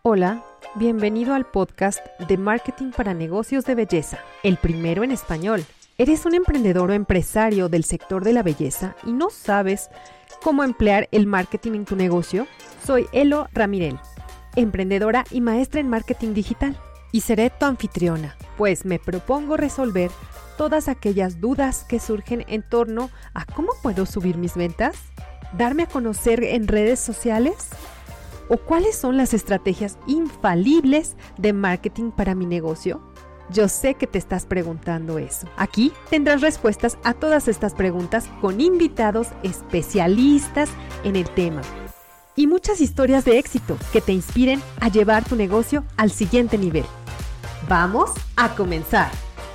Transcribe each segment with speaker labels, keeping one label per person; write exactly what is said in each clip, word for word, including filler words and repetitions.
Speaker 1: Hola, bienvenido al podcast de Marketing para Negocios de Belleza, el primero en español. ¿Eres un emprendedor o empresario del sector de la belleza y no sabes cómo emplear el marketing en tu negocio? Soy Elo Ramirel, emprendedora y maestra en marketing digital, y seré tu anfitriona, pues me propongo resolver todas aquellas dudas que surgen en torno a cómo puedo subir mis ventas, darme a conocer en redes sociales, o cuáles son las estrategias infalibles de marketing para mi negocio. Yo sé que te estás preguntando eso. Aquí tendrás respuestas a todas estas preguntas con invitados especialistas en el tema y muchas historias de éxito que te inspiren a llevar tu negocio al siguiente nivel. ¡Vamos a comenzar!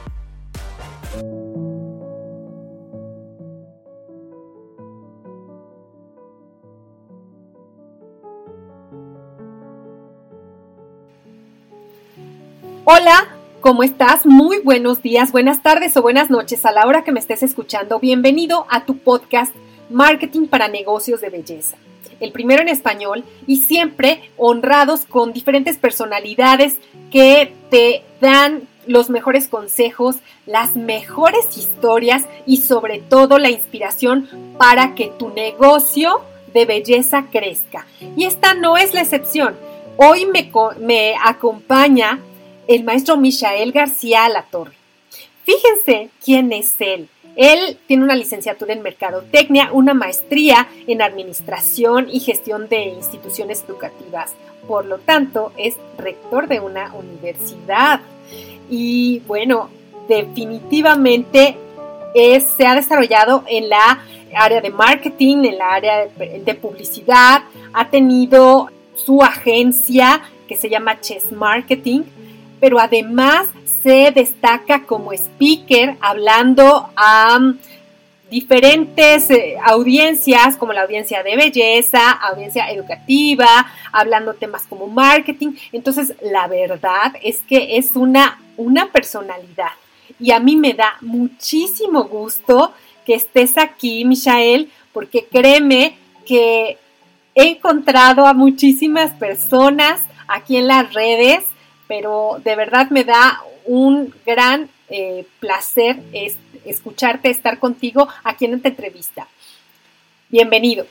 Speaker 1: Hola, ¿cómo estás? Muy buenos días, buenas tardes o buenas noches a la hora que me estés escuchando. Bienvenido a tu podcast Marketing para Negocios de Belleza, el primero en español, y siempre honrados con diferentes personalidades que te dan los mejores consejos, las mejores historias y sobre todo la inspiración para que tu negocio de belleza crezca. Y esta no es la excepción. Hoy me, me acompaña el maestro Michael García Alatorre. Fíjense quién es él. Él tiene una licenciatura en Mercadotecnia, una maestría en Administración y Gestión de Instituciones Educativas. Por lo tanto, es rector de una universidad. Y bueno, definitivamente es, se ha desarrollado en la área de marketing, en la área de, de publicidad. Ha tenido su agencia que se llama Chess Marketing, pero además se destaca como speaker hablando a um, diferentes eh, audiencias, como la audiencia de belleza, audiencia educativa, hablando temas como marketing. Entonces, la verdad es que es una, una personalidad. Y a mí me da muchísimo gusto que estés aquí, Michael, porque créeme que he encontrado a muchísimas personas aquí en las redes, pero de verdad me da un gran eh, placer es, escucharte, estar contigo aquí en esta entrevista. Bienvenido.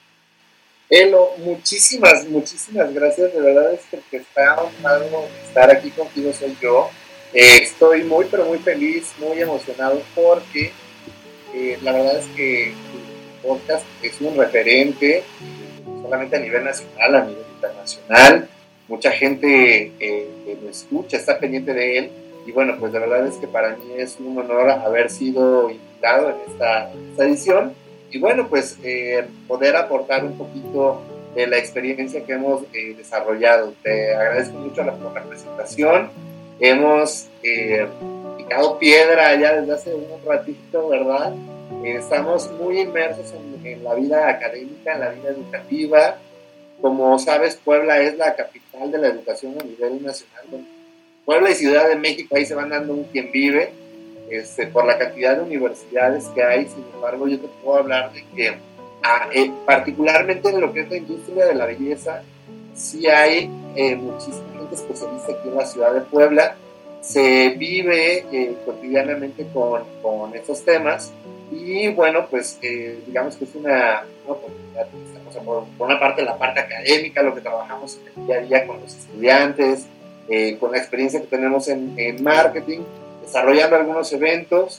Speaker 2: Elo, muchísimas, muchísimas gracias. De verdad es que el que está honrado estar aquí contigo soy yo. Eh, estoy muy, pero muy feliz, muy emocionado porque eh, la verdad es que tu podcast es un referente, no solamente a nivel nacional, a nivel internacional. Mucha gente eh, que lo escucha está pendiente de él y bueno, pues la verdad es que para mí es un honor haber sido invitado en esta, en esta edición y bueno, pues eh, poder aportar un poquito de la experiencia que hemos eh, desarrollado. Te agradezco mucho la, por la presentación. Hemos eh, picado piedra ya desde hace un ratito, ¿verdad? Eh, estamos muy inmersos en, en la vida académica, en la vida educativa. Como sabes, Puebla es la capital de la educación a nivel nacional. Bueno, Puebla y Ciudad de México ahí se van dando un quien vive este, por la cantidad de universidades que hay. Sin embargo, yo te puedo hablar de que ah, eh, particularmente en lo que es la industria de la belleza, sí hay eh, muchísima gente especialista aquí en la ciudad de Puebla. Se vive eh, cotidianamente con, con estos temas y bueno, pues eh, digamos que es una, una oportunidad. Por, por una parte, la parte académica, lo que trabajamos en el día a día con los estudiantes, eh, con la experiencia que tenemos en, en marketing, desarrollando algunos eventos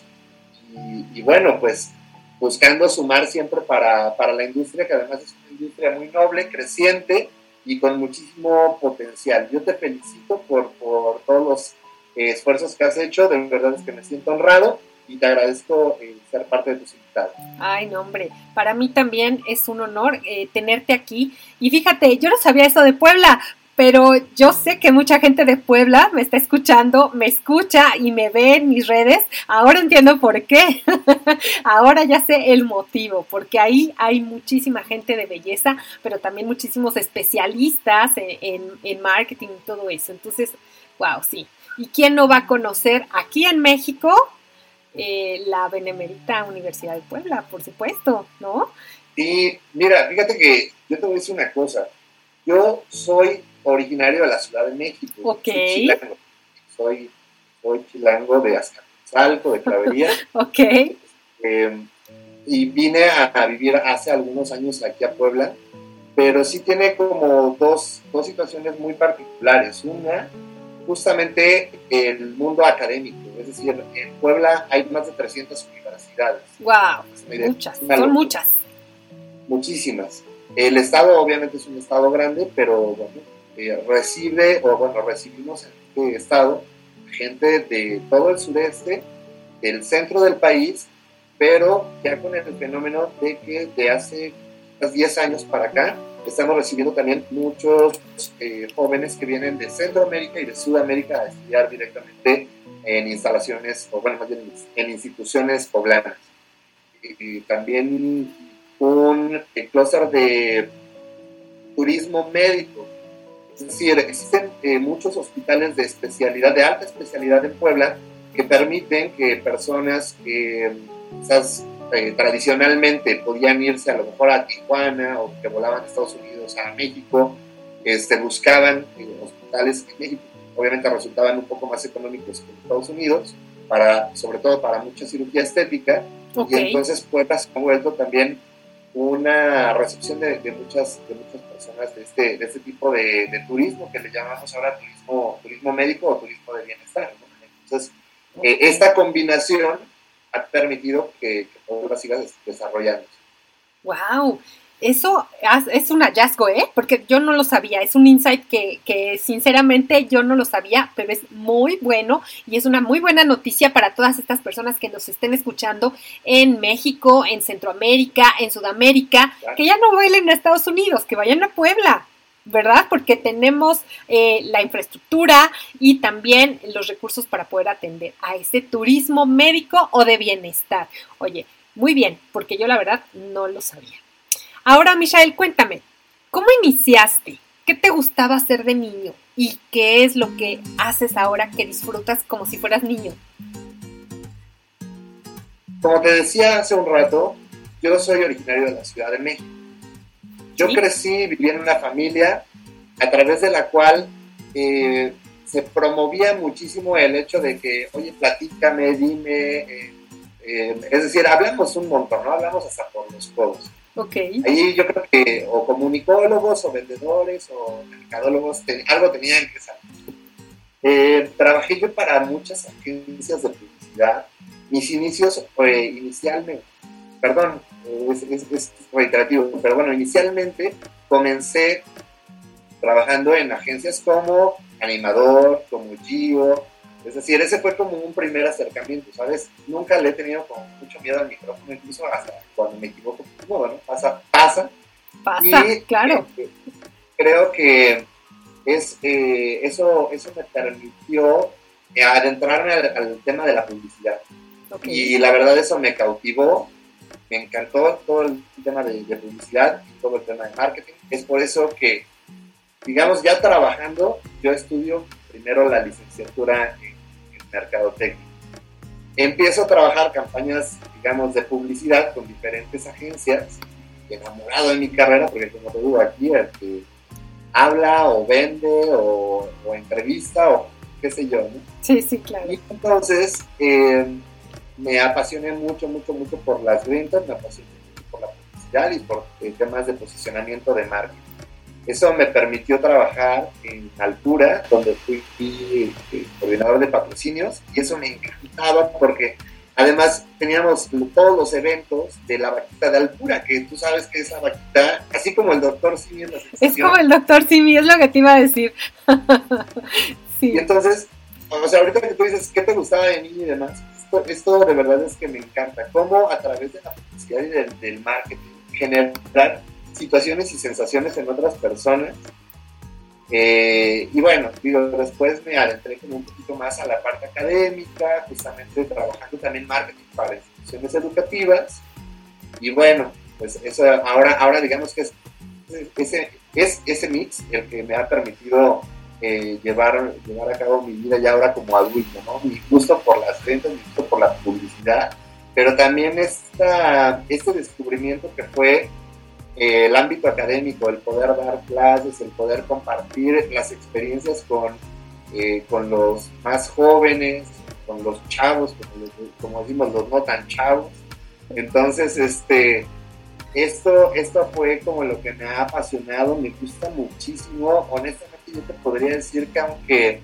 Speaker 2: y, y bueno, pues buscando sumar siempre para, para la industria, que además es una industria muy noble, creciente y con muchísimo potencial. Yo te felicito por, por todos los eh, esfuerzos que has hecho, de verdad es que me siento honrado y te agradezco eh, ser parte de tus invitados.
Speaker 1: Ay, no, hombre, para mí también es un honor eh, tenerte aquí. Y fíjate, yo no sabía eso de Puebla, pero yo sé que mucha gente de Puebla me está escuchando, me escucha y me ve en mis redes. Ahora entiendo por qué. Ahora ya sé el motivo, porque ahí hay muchísima gente de belleza, pero también muchísimos especialistas en, en, en marketing y todo eso. Entonces, wow, sí. ¿Y quién no va a conocer aquí en México? Eh, la Benemérita Universidad de Puebla, por supuesto, ¿no?
Speaker 2: Y mira, fíjate que yo te voy a decir una cosa. Yo soy originario de la Ciudad de México.
Speaker 1: Ok.
Speaker 2: Soy chilango, soy, soy chilango de Azcapotzalco, de Clavería.
Speaker 1: Ok.
Speaker 2: Eh, y vine a, a vivir hace algunos años aquí a Puebla, pero sí tiene como dos, dos situaciones muy particulares. Una, justamente el mundo académico, es decir, en Puebla hay más de trescientas universidades.
Speaker 1: ¡Wow!
Speaker 2: Mire,
Speaker 1: muchas, son muchas.
Speaker 2: Muchísimas. El estado obviamente es un estado grande, pero bueno, eh, recibe, o bueno, recibimos en este estado gente de todo el sureste, del centro del país, pero ya con el fenómeno de que de hace diez años para acá estamos recibiendo también muchos eh, jóvenes que vienen de Centroamérica y de Sudamérica a estudiar directamente en instalaciones, o bueno, más bien en instituciones poblanas. Y, y también un clúster de turismo médico. Es decir, existen eh, muchos hospitales de especialidad, de alta especialidad en Puebla, que permiten que personas que quizás eh, tradicionalmente podían irse a lo mejor a Tijuana o que volaban de Estados Unidos a México, este, buscaban eh, hospitales en México. Obviamente resultaban un poco más económicos que en Estados Unidos, para, sobre todo para mucha cirugía estética, okay. Y entonces Puebla se ha vuelto también una recepción de, de, muchas, de muchas personas de este, de este tipo de, de turismo que le llamamos ahora turismo, turismo médico o turismo de bienestar, ¿no? Entonces, eh, esta combinación ha permitido que, que Puebla siga desarrollándose.
Speaker 1: ¡Wow! Eso es un hallazgo, ¿eh? Porque yo no lo sabía, es un insight que, que sinceramente yo no lo sabía, pero es muy bueno y es una muy buena noticia para todas estas personas que nos estén escuchando en México, en Centroamérica, en Sudamérica, claro. Que ya no vuelen a Estados Unidos, que vayan a Puebla, ¿verdad? Porque tenemos eh, la infraestructura y también los recursos para poder atender a ese turismo médico o de bienestar. Oye, muy bien, porque yo la verdad no lo sabía. Ahora, Michael, cuéntame, ¿cómo iniciaste? ¿Qué te gustaba hacer de niño? ¿Y qué es lo que haces ahora que disfrutas como si fueras niño?
Speaker 2: Como te decía hace un rato, yo soy originario de la Ciudad de México. Yo ¿Sí? crecí, viví en una familia a través de la cual eh, se promovía muchísimo el hecho de que, oye, platícame, dime, eh, eh, es decir, hablamos un montón, ¿no? Hablamos hasta por los codos.
Speaker 1: Okay.
Speaker 2: Ahí yo creo que o comunicólogos o vendedores o mercadólogos ten, algo tenían que saber. Eh, trabajé yo para muchas agencias de publicidad. Mis inicios eh, inicialmente, perdón, es, es, es reiterativo, pero bueno, inicialmente comencé trabajando en agencias como animador, como Gio. Es decir, ese fue como un primer acercamiento, ¿sabes? Nunca le he tenido como mucho miedo al micrófono, incluso hasta cuando me equivoco, pues, no, bueno, pasa, pasa.
Speaker 1: Pasa, y, claro.
Speaker 2: Eh, creo que es, eh, eso, eso me permitió adentrarme al, al tema de la publicidad. Okay. Y la verdad eso me cautivó, me encantó todo el tema de, de publicidad y todo el tema de marketing. Es por eso que, digamos, ya trabajando, yo estudio primero la licenciatura en mercadotecnia. Empiezo a trabajar campañas, digamos, de publicidad con diferentes agencias, enamorado de mi carrera, porque como te digo, aquí el que habla o vende o, o entrevista o qué sé yo, ¿no?
Speaker 1: Sí, sí, claro.
Speaker 2: Y entonces eh, me apasioné mucho, mucho, mucho por las ventas, me apasioné mucho por la publicidad y por eh, temas de posicionamiento de marketing. Eso me permitió trabajar en Altura, donde fui, fui eh, coordinador de patrocinios, y eso me encantaba porque además teníamos todos los eventos de la vaquita de Altura, que tú sabes que esa vaquita, así como el doctor Simi es la sensación.
Speaker 1: Es como el doctor Simi, es lo que te iba a decir.
Speaker 2: Sí. Y entonces, o sea, ahorita que tú dices, ¿qué te gustaba de mí y demás? Esto, esto de verdad es que me encanta. Cómo a través de la publicidad y del, del marketing generar situaciones y sensaciones en otras personas. Eh, y bueno, digo, después me adentré como un poquito más a la parte académica, justamente trabajando también marketing para instituciones educativas. Y bueno, pues eso ahora, ahora digamos que es ese, es ese mix el que me ha permitido eh, llevar, llevar a cabo mi vida ya ahora como adulto, ¿no? Mi gusto por las ventas, mi gusto por la publicidad, pero también esta, este descubrimiento que fue eh, el ámbito académico, el poder dar clases, el poder compartir las experiencias con, eh, con los más jóvenes, con los chavos, como, como decimos, los no tan chavos. Entonces, este, esto, esto fue como lo que me ha apasionado, me gusta muchísimo. Honestamente, yo te podría decir que aunque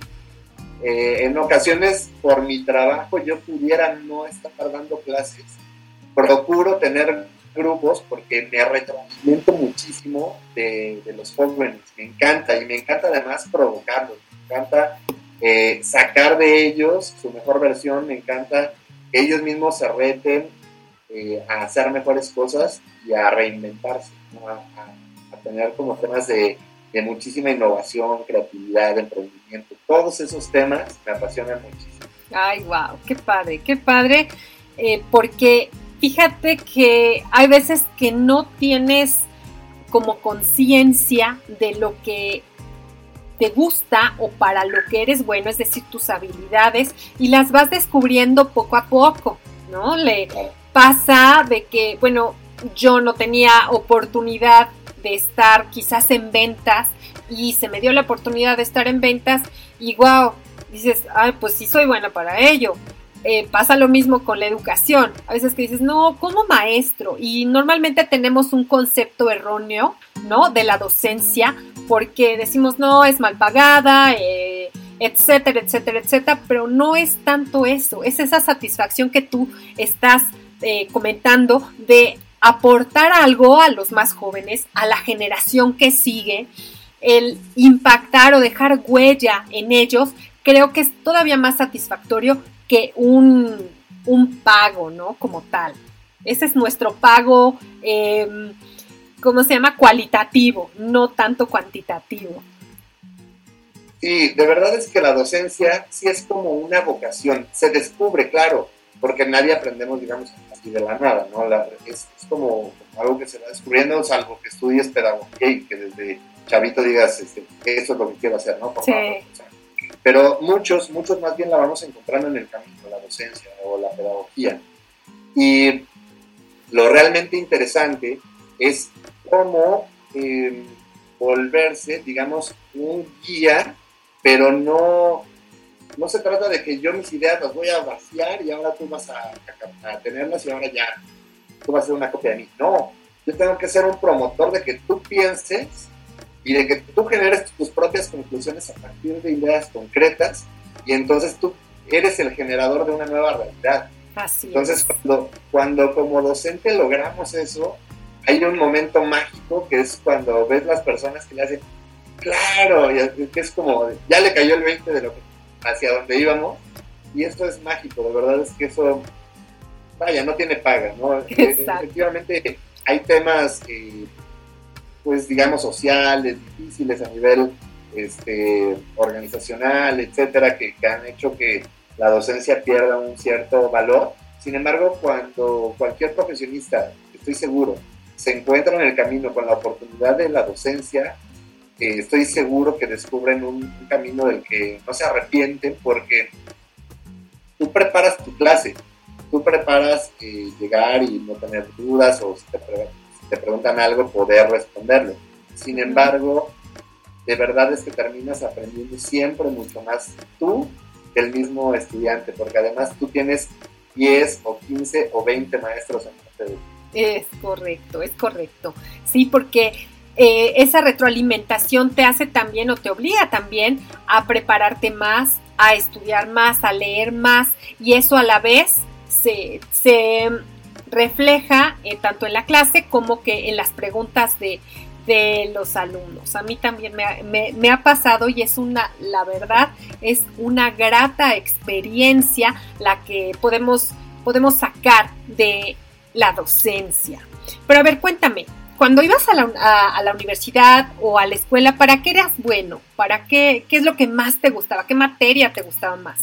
Speaker 2: eh, en ocasiones por mi trabajo yo pudiera no estar dando clases, procuro tener grupos porque me retroalimento muchísimo de, de los jóvenes, me encanta, y me encanta además provocarlos, me encanta eh, sacar de ellos su mejor versión, me encanta que ellos mismos se reten eh, a hacer mejores cosas y a reinventarse, ¿no? a, a, a tener como temas de, de muchísima innovación, creatividad, emprendimiento. Todos esos temas me apasionan muchísimo.
Speaker 1: Ay, wow, qué padre, qué padre, eh, porque fíjate que hay veces que no tienes como conciencia de lo que te gusta o para lo que eres bueno, es decir, tus habilidades, y las vas descubriendo poco a poco, ¿no? Le pasa de que, bueno, yo no tenía oportunidad de estar quizás en ventas y se me dio la oportunidad de estar en ventas y wow, dices, ay, pues sí soy buena para ello. Eh, pasa lo mismo con la educación. A veces que dices, no, como maestro. Y normalmente tenemos un concepto erróneo, ¿no? De la docencia, porque decimos, no, es mal pagada, eh, etcétera, etcétera, etcétera. Pero no es tanto eso. Es esa satisfacción que tú estás eh, comentando de aportar algo a los más jóvenes, a la generación que sigue, el impactar o dejar huella en ellos. Creo que es todavía más satisfactorio que un, un pago, ¿no? Como tal. Ese es nuestro pago, eh, ¿cómo se llama? Cualitativo, no tanto cuantitativo.
Speaker 2: Sí, de verdad es que la docencia sí es como una vocación. Se descubre, claro, porque nadie aprendemos, digamos, así de la nada, ¿no? La, es, es como, como algo que se va descubriendo, salvo que estudies pedagogía y que desde chavito digas, este, eso es lo que quiero hacer, ¿no? Por
Speaker 1: sí.
Speaker 2: favor, o sea, pero muchos, muchos más bien la vamos encontrando en el camino, la docencia o la pedagogía. Y lo realmente interesante es cómo eh, volverse, digamos, un guía, pero no, no se trata de que yo mis ideas las voy a vaciar y ahora tú vas a, a, a tenerlas y ahora ya tú vas a hacer una copia de mí. No, yo tengo que ser un promotor de que tú pienses y de que tú generes tus propias conclusiones a partir de ideas concretas, y entonces tú eres el generador de una nueva realidad.
Speaker 1: Así
Speaker 2: entonces,
Speaker 1: es.
Speaker 2: Cuando, cuando como docente logramos eso, hay un momento mágico que es cuando ves las personas que le hacen, claro, y que es como, ya le cayó el veinte de lo que, hacia donde íbamos, y esto es mágico, de verdad es que eso, vaya, no tiene paga, ¿no?
Speaker 1: Exacto.
Speaker 2: Efectivamente, hay temas... Eh, pues digamos sociales, difíciles a nivel este, organizacional, etcétera, que, que han hecho que la docencia pierda un cierto valor. Sin embargo, cuando cualquier profesionista, estoy seguro, se encuentra en el camino con la oportunidad de la docencia, eh, estoy seguro que descubren un, un camino del que no se arrepienten, porque tú preparas tu clase, tú preparas eh, llegar y no tener dudas, o si te preguntan te preguntan algo, poder responderlo. Sin embargo, de verdad es que terminas aprendiendo siempre mucho más tú que el mismo estudiante, porque además tú tienes diez o quince o veinte maestros en parte de ti.
Speaker 1: Es correcto, es correcto. Sí, porque eh, esa retroalimentación te hace también o te obliga también a prepararte más, a estudiar más, a leer más, y eso a la vez se... se refleja eh, tanto en la clase como que en las preguntas de, de los alumnos. A mí también me ha, me, me ha pasado y es una, la verdad, es una grata experiencia la que podemos, podemos sacar de la docencia. Pero a ver, cuéntame, cuando ibas a la, a, a la universidad o a la escuela, ¿para qué eras bueno? ¿Para qué, qué es lo que más te gustaba? ¿Qué materia te gustaba más?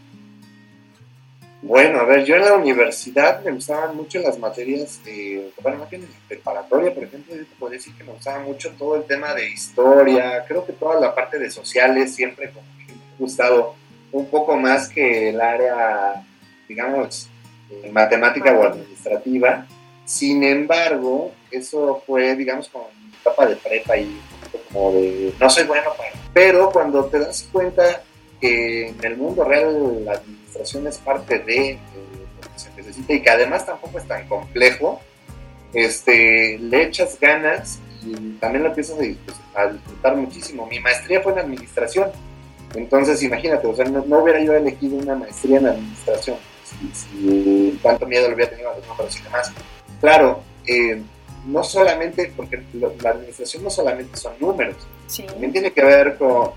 Speaker 2: Bueno, a ver, yo en la universidad me gustaban mucho las materias de, bueno, más bien en la preparatoria, por ejemplo, yo te podría decir que me gustaba mucho todo el tema de historia, creo que toda la parte de sociales siempre como que me ha gustado un poco más que el área, digamos, eh, matemática o administrativa. Sin embargo, eso fue, digamos, como mi etapa de prepa y como de no soy bueno para. Pero cuando te das cuenta que en el mundo real la administración es parte de, de lo que se necesita y que además tampoco es tan complejo, este, le echas ganas y también lo empiezas a disfrutar, a disfrutar muchísimo. Mi maestría fue en administración, entonces imagínate, o sea, no, no hubiera yo elegido una maestría en administración si, si tanto miedo le hubiera tenido a los números y demás. Claro, eh, no solamente, porque lo, la administración no solamente son números, sí. También tiene que ver con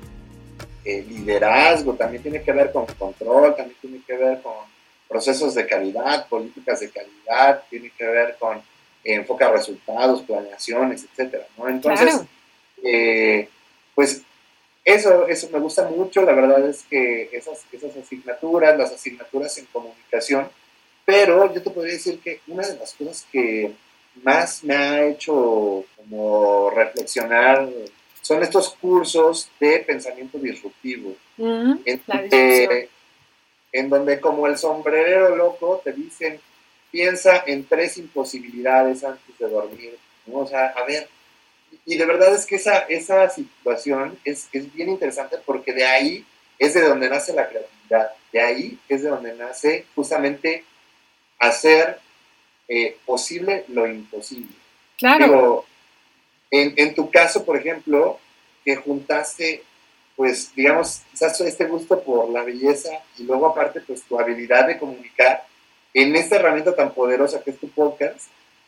Speaker 2: eh, liderazgo, también tiene que ver con control, también tiene que ver con procesos de calidad, políticas de calidad, tiene que ver con eh, enfoque a resultados, planeaciones, etcétera, ¿no? Entonces, claro. eh, pues eso, eso me gusta mucho, la verdad es que esas, esas asignaturas, las asignaturas en comunicación, pero yo te podría decir que una de las cosas que más me ha hecho como reflexionar son estos cursos de pensamiento disruptivo, mm, en, donde, en donde como el sombrerero loco te dicen, piensa en tres imposibilidades antes de dormir, ¿no? O sea, a ver, y de verdad es que esa, esa situación es, es bien interesante porque de ahí es de donde nace la creatividad, de ahí es de donde nace justamente hacer eh, posible lo imposible.
Speaker 1: Claro.
Speaker 2: Digo, en, en tu caso, por ejemplo, que juntaste, pues, digamos, quizás este gusto por la belleza y luego aparte, pues, tu habilidad de comunicar en esta herramienta tan poderosa que es tu podcast,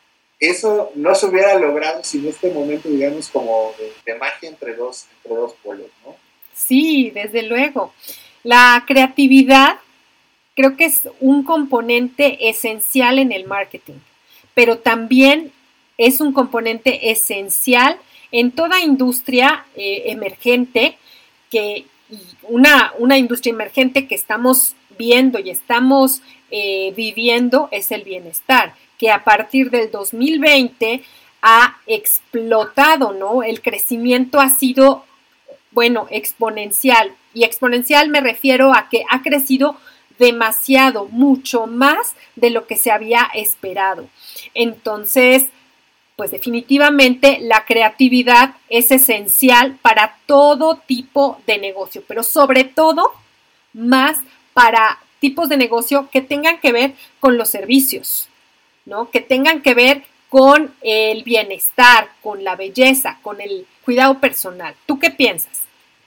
Speaker 2: eso no se hubiera logrado sin este momento, digamos, como de, de magia entre dos, entre dos polos, ¿no?
Speaker 1: Sí, desde luego. La creatividad creo que es un componente esencial en el marketing, pero también es un componente esencial en toda industria eh, emergente, que una, una industria emergente que estamos viendo y estamos eh, viviendo es el bienestar, que a partir del dos mil veinte ha explotado, ¿no? El crecimiento ha sido, bueno, exponencial, y exponencial me refiero a que ha crecido demasiado, mucho más de lo que se había esperado. Entonces, pues definitivamente la creatividad es esencial para todo tipo de negocio, pero sobre todo más para tipos de negocio que tengan que ver con los servicios, ¿no? Que tengan que ver con el bienestar, con la belleza, con el cuidado personal. ¿Tú qué piensas?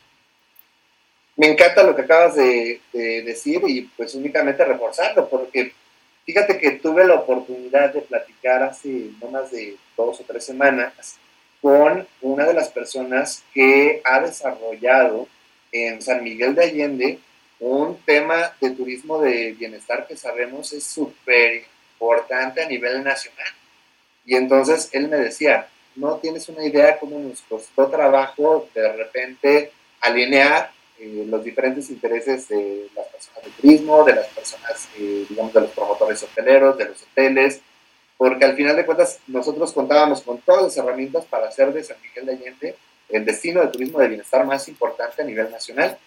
Speaker 2: Me encanta lo que acabas de, de decir y pues únicamente reforzarlo, porque fíjate que tuve la oportunidad de platicar hace no más de dos o tres semanas con una de las personas que ha desarrollado en San Miguel de Allende un tema de turismo de bienestar que sabemos es súper importante a nivel nacional. Y entonces él me decía, no tienes una idea cómo nos costó trabajo de repente alinear Eh, los diferentes intereses de las personas de turismo, de las personas, eh, digamos, de los promotores hoteleros, de los hoteles, porque al final de cuentas nosotros contábamos con todas las herramientas para hacer de San Miguel de Allende el destino de turismo de bienestar más importante a nivel nacional,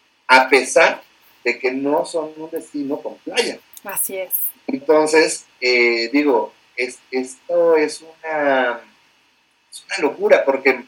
Speaker 2: a pesar de que no son un destino con playa.
Speaker 1: Así es.
Speaker 2: Entonces, eh, digo, es, esto es una, es una locura, porque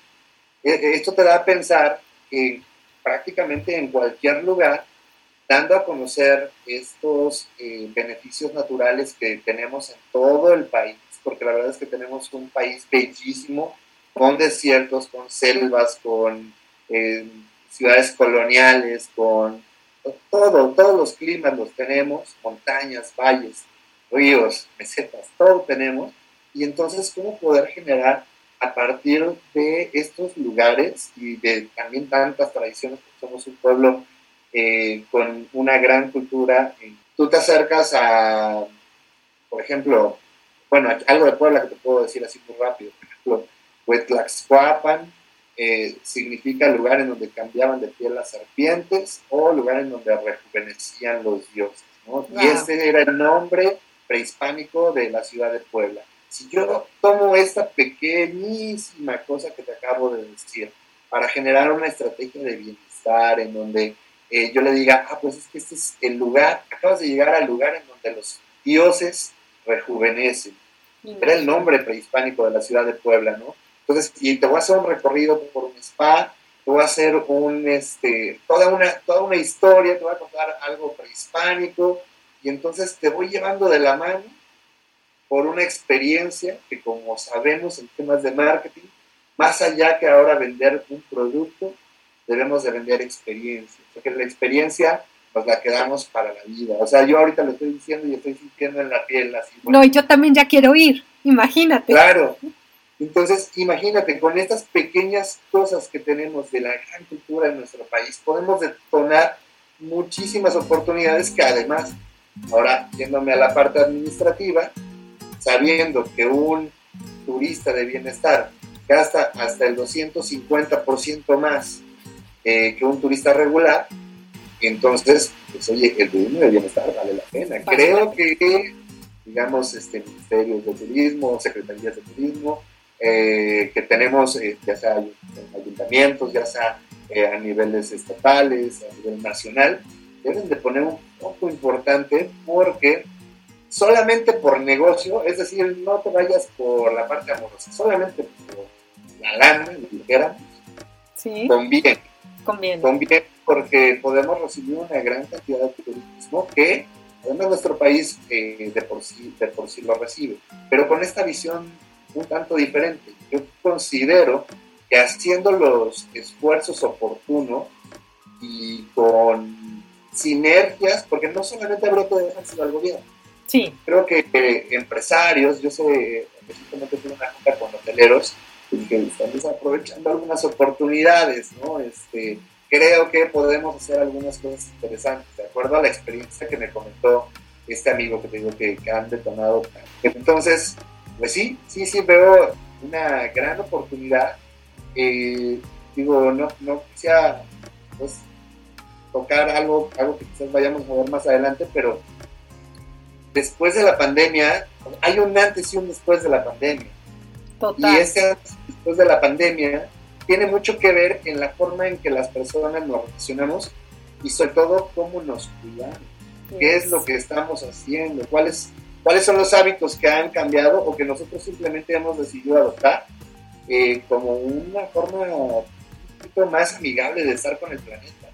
Speaker 2: esto te da a pensar que prácticamente en cualquier lugar, dando a conocer estos eh, beneficios naturales que tenemos en todo el país, porque la verdad es que tenemos un país bellísimo, con desiertos, con selvas, con eh, ciudades coloniales, con todo, todos los climas los tenemos, montañas, valles, ríos, mesetas, todo tenemos, y entonces, ¿cómo poder generar a partir de estos lugares y de también tantas tradiciones, porque somos un pueblo eh, con una gran cultura? Eh, tú te acercas a, por ejemplo, bueno, algo de Puebla que te puedo decir así muy rápido, por ejemplo, Huetlaxcoapan eh, significa lugar en donde cambiaban de piel las serpientes o lugar en donde rejuvenecían los dioses, ¿no? Wow. Y ese era el nombre prehispánico de la ciudad de Puebla. Si yo tomo esta pequeñísima cosa que te acabo de decir para generar una estrategia de bienestar en donde eh, yo le diga, ah, pues es que este es el lugar, acabas de llegar al lugar en donde los dioses rejuvenecen. Era el nombre prehispánico de la ciudad de Puebla, ¿no? Entonces, y te voy a hacer un recorrido por un spa, te voy a hacer un, este, toda una, toda una historia, te voy a contar algo prehispánico, y entonces te voy llevando de la mano por una experiencia que, como sabemos en temas de marketing, más allá que ahora vender un producto, debemos de vender experiencia, porque la experiencia nos la quedamos para la vida. O sea, yo ahorita lo estoy diciendo y estoy sintiendo en la piel así. Bueno,
Speaker 1: no, y yo también ya quiero ir, imagínate.
Speaker 2: Claro. Entonces, imagínate, con estas pequeñas cosas que tenemos de la gran cultura de nuestro país, podemos detonar muchísimas oportunidades que además, ahora yéndome a la parte administrativa, sabiendo que un turista de bienestar gasta hasta el doscientos cincuenta por ciento más eh, que un turista regular, entonces, pues oye, el turismo de bienestar vale la pena. Vale. Creo que, digamos, este Ministerios de Turismo, Secretarías de Turismo, eh, que tenemos, eh, ya sea ayuntamientos, ya sea eh, a niveles estatales, a nivel nacional, deben de poner un foco importante porque solamente por negocio, es decir, no te vayas por la parte amorosa, solamente por la lana, ligera,
Speaker 1: sí.
Speaker 2: conviene.
Speaker 1: Conviene.
Speaker 2: Conviene porque podemos recibir una gran cantidad de turismo que además nuestro país eh, de, por sí, de por sí lo recibe, pero con esta visión un tanto diferente. Yo considero que haciendo los esfuerzos oportunos y con sinergias, porque no solamente habría que dejárselo al gobierno.
Speaker 1: Sí.
Speaker 2: Creo que eh, empresarios, yo sé, recientemente tuve una junta con hoteleros que están desaprovechando algunas oportunidades, ¿no? Este, creo que podemos hacer algunas cosas interesantes, de acuerdo a la experiencia que me comentó este amigo que te digo que, que han detonado. Entonces, pues sí, sí, sí veo una gran oportunidad. Eh, digo, no, no quisiera pues, tocar algo, algo que quizás vayamos a ver más adelante, pero después de la pandemia, hay un antes y un después de la pandemia.
Speaker 1: Total.
Speaker 2: Y ese antes y después de la pandemia tiene mucho que ver en la forma en que las personas nos relacionamos y sobre todo cómo nos cuidamos. Yes. ¿Qué es lo que estamos haciendo? ¿Cuáles, cuáles son los hábitos que han cambiado o que nosotros simplemente hemos decidido adoptar eh, como una forma un poquito más amigable de estar con el planeta?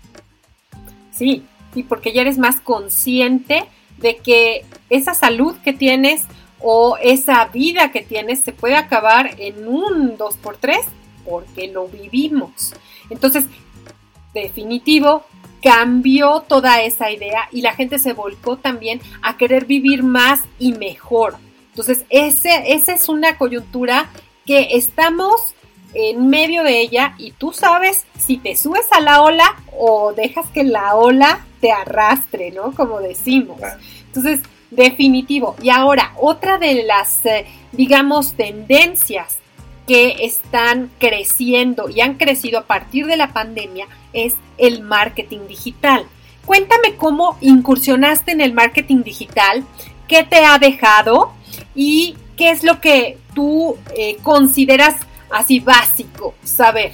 Speaker 1: Sí, sí, porque ya eres más consciente de que esa salud que tienes o esa vida que tienes se puede acabar en un dos por tres porque lo vivimos. Entonces, definitivo, cambió toda esa idea y la gente se volcó también a querer vivir más y mejor. Entonces, ese, esa es una coyuntura que estamos en medio de ella y tú sabes si te subes a la ola o dejas que la ola te arrastre, ¿no? Como decimos. Entonces, definitivo. Y ahora, otra de las, eh, digamos, tendencias que están creciendo y han crecido a partir de la pandemia es el marketing digital. Cuéntame cómo incursionaste en el marketing digital, qué te ha dejado y qué es lo que tú eh, consideras así básico saber.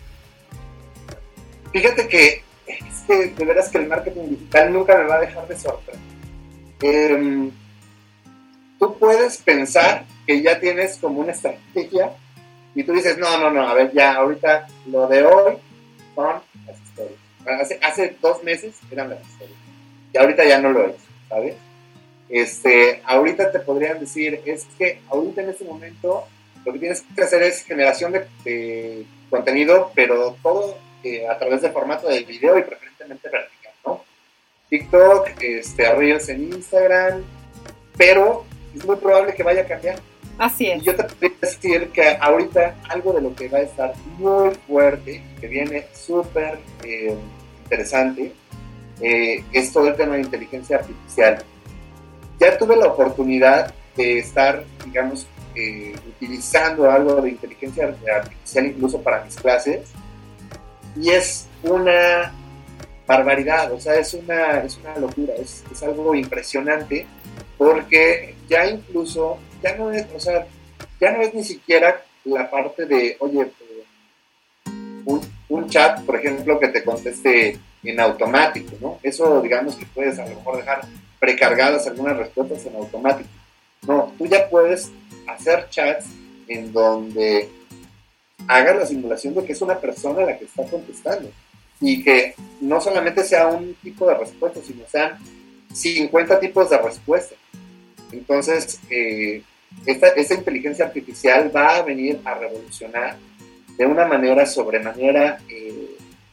Speaker 2: Fíjate que es que de veras que el marketing digital nunca me va a dejar de sorprender. Eh, tú puedes pensar que ya tienes como una estrategia y tú dices, no, no, no, a ver, ya, ahorita lo de hoy son las historias. Hace, hace dos meses eran las historias y ahorita ya no lo es, ¿sabes? Este, ahorita te podrían decir, es que ahorita en este momento lo que tienes que hacer es generación de, de contenido, pero todo eh, a través de formato de video y preferentemente vertical, ¿no? TikTok, este, Reels en Instagram, pero es muy probable que vaya a cambiar.
Speaker 1: Así es.
Speaker 2: Y yo te podría decir que ahorita algo de lo que va a estar muy fuerte, que viene súper eh, interesante, eh, es todo el tema de inteligencia artificial. Ya tuve la oportunidad de estar, digamos, eh, utilizando algo de inteligencia artificial incluso para mis clases, y es una barbaridad, o sea, es una, es una locura, es, es algo impresionante, porque ya incluso, ya no es, o sea, ya no es ni siquiera la parte de, oye, un, un chat, por ejemplo, que te conteste en automático, ¿no? Eso, digamos, que puedes a lo mejor dejar precargadas algunas respuestas en automático. No, tú ya puedes hacer chats en donde hagas la simulación de que es una persona la que está contestando y que no solamente sea un tipo de respuesta, sino sean cincuenta tipos de respuesta. Entonces, eh, esta, esta inteligencia artificial va a venir a revolucionar de una manera sobremanera eh,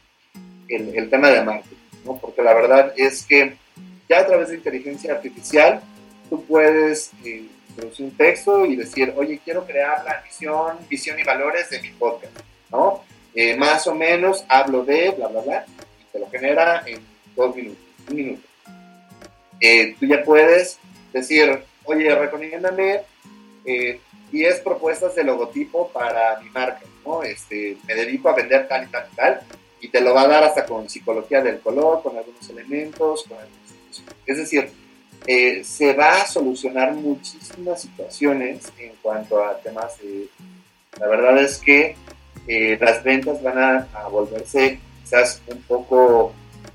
Speaker 2: el, el tema de marketing, ¿no? Porque la verdad es que ya a través de inteligencia artificial tú puedes eh, introducir un texto y decir, oye, quiero crear la misión, visión y valores de mi podcast, ¿no? Eh, más o menos hablo de bla, bla, bla, y te lo genera en dos minutos, un minuto. Eh, tú ya puedes decir, oye, recomiéndame eh, diez propuestas de logotipo para mi marca, ¿no? Este, me dedico a vender tal y tal y tal, y te lo va a dar hasta con psicología del color, con algunos elementos, con algunos... Es decir, eh, se va a solucionar muchísimas situaciones en cuanto a temas de... La verdad es que eh, las ventas van a, a volverse quizás un poco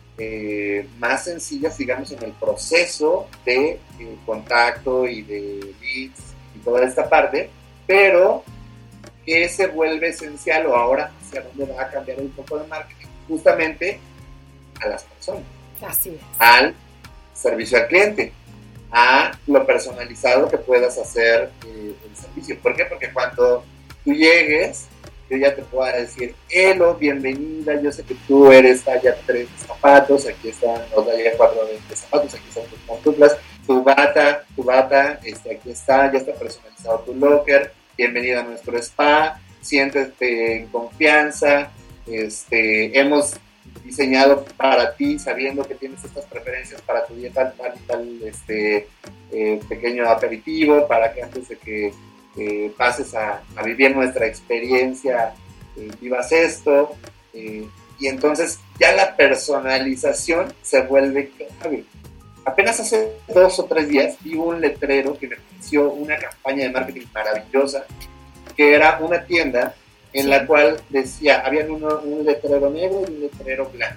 Speaker 2: eh, más sencillas, digamos, en el proceso de eh, contacto y de leads y toda esta parte, pero que se vuelve esencial, o ahora hacia dónde va a cambiar un poco de marketing, justamente a las personas.
Speaker 1: Así es.
Speaker 2: Al servicio al cliente, a lo personalizado que puedas hacer eh, el servicio. ¿Por qué? Porque cuando tú llegues, yo ya te puedo decir, Elo, bienvenida, yo sé que tú eres talla tres de zapatos, aquí están los talla cuatro de zapatos, aquí están tus pantuflas, tu bata, tu bata, este, aquí está, ya está personalizado tu locker, bienvenida a nuestro spa, siéntete en confianza, este, hemos diseñado para ti, sabiendo que tienes estas preferencias para tu dieta, tal y tal, este, eh, pequeño aperitivo, para que antes de que eh, pases a, a vivir nuestra experiencia, eh, vivas esto, eh, y entonces ya la personalización se vuelve clave. Apenas hace dos o tres días vi un letrero que me pareció una campaña de marketing maravillosa, que era una tienda en la cual decía, había uno, un letrero negro y un letrero blanco.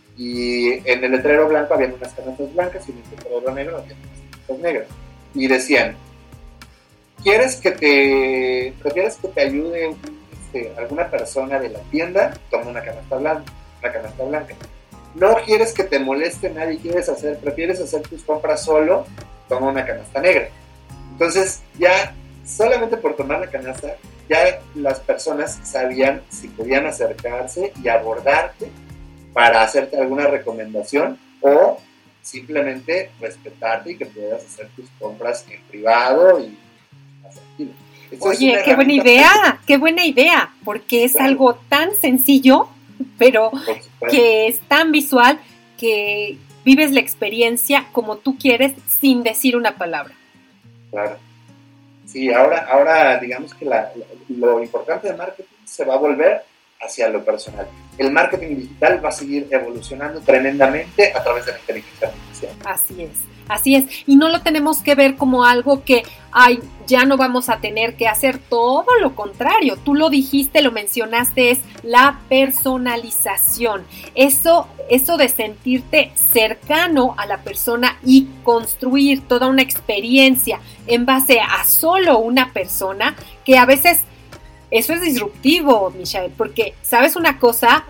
Speaker 2: Y en el letrero blanco había unas canastas blancas y en el letrero negro había unas canastas negras. Y decían, ¿quieres que te, prefieres que te ayude este, alguna persona de la tienda? Toma una canasta blanca, una canasta blanca. No quieres que te moleste nadie, quieres hacer, prefieres hacer tus compras solo, toma una canasta negra. Entonces ya, solamente por tomar la canasta, ya las personas sabían si podían acercarse y abordarte para hacerte alguna recomendación o simplemente respetarte y que puedas hacer tus compras en privado y más tranquilo.
Speaker 1: Oye, qué buena idea, qué buena idea, porque es claro. Algo tan sencillo, pero que es tan visual que vives la experiencia como tú quieres sin decir una palabra.
Speaker 2: Claro. Sí, ahora, ahora digamos que la, la, lo importante de marketing se va a volver hacia lo personal. El marketing digital va a seguir evolucionando tremendamente a través de la inteligencia artificial.
Speaker 1: Así es, así es. Y no lo tenemos que ver como algo que, ay, ya no vamos a tener que hacer, todo lo contrario. Tú lo dijiste, lo mencionaste, es la personalización. Eso, eso de sentirte cercano a la persona y construir toda una experiencia en base a solo una persona, que a veces eso es disruptivo, Michelle, porque, ¿sabes una cosa?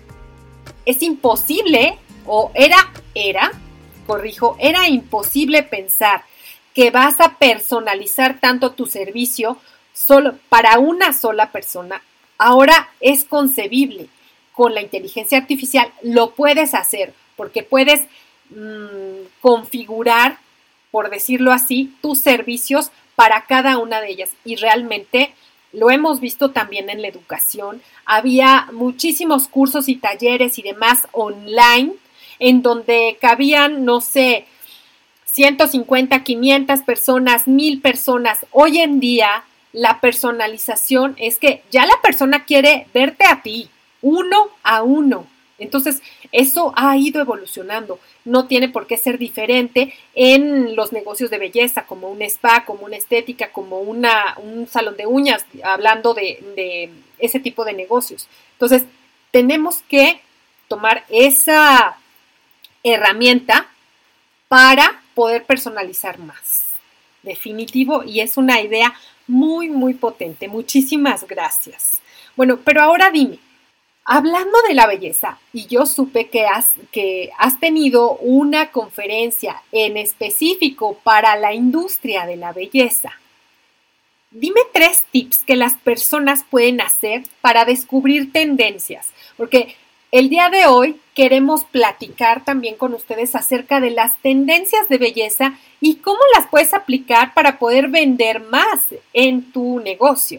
Speaker 1: Es imposible, o era, era, corrijo, era imposible pensar que vas a personalizar tanto tu servicio solo para una sola persona. Ahora es concebible. Con la inteligencia artificial lo puedes hacer, porque puedes mmm, configurar, por decirlo así, tus servicios para cada una de ellas. Y realmente lo hemos visto también en la educación. Había muchísimos cursos y talleres y demás online en donde cabían, no sé, ciento cincuenta, quinientas personas, mil personas. Hoy en día la personalización es que ya la persona quiere verte a ti, uno a uno. Entonces, eso ha ido evolucionando. No tiene por qué ser diferente en los negocios de belleza, como un spa, como una estética, como una, un salón de uñas, hablando de, de ese tipo de negocios. Entonces, tenemos que tomar esa herramienta para poder personalizar más. Definitivo, y es una idea Muy, muy potente. Muchísimas gracias. Bueno, pero ahora dime, hablando de la belleza, y yo supe que has, que has tenido una conferencia en específico para la industria de la belleza. Dime tres tips que las personas pueden hacer para descubrir tendencias, porque el día de hoy queremos platicar también con ustedes acerca de las tendencias de belleza y cómo las puedes aplicar para poder vender más en tu negocio.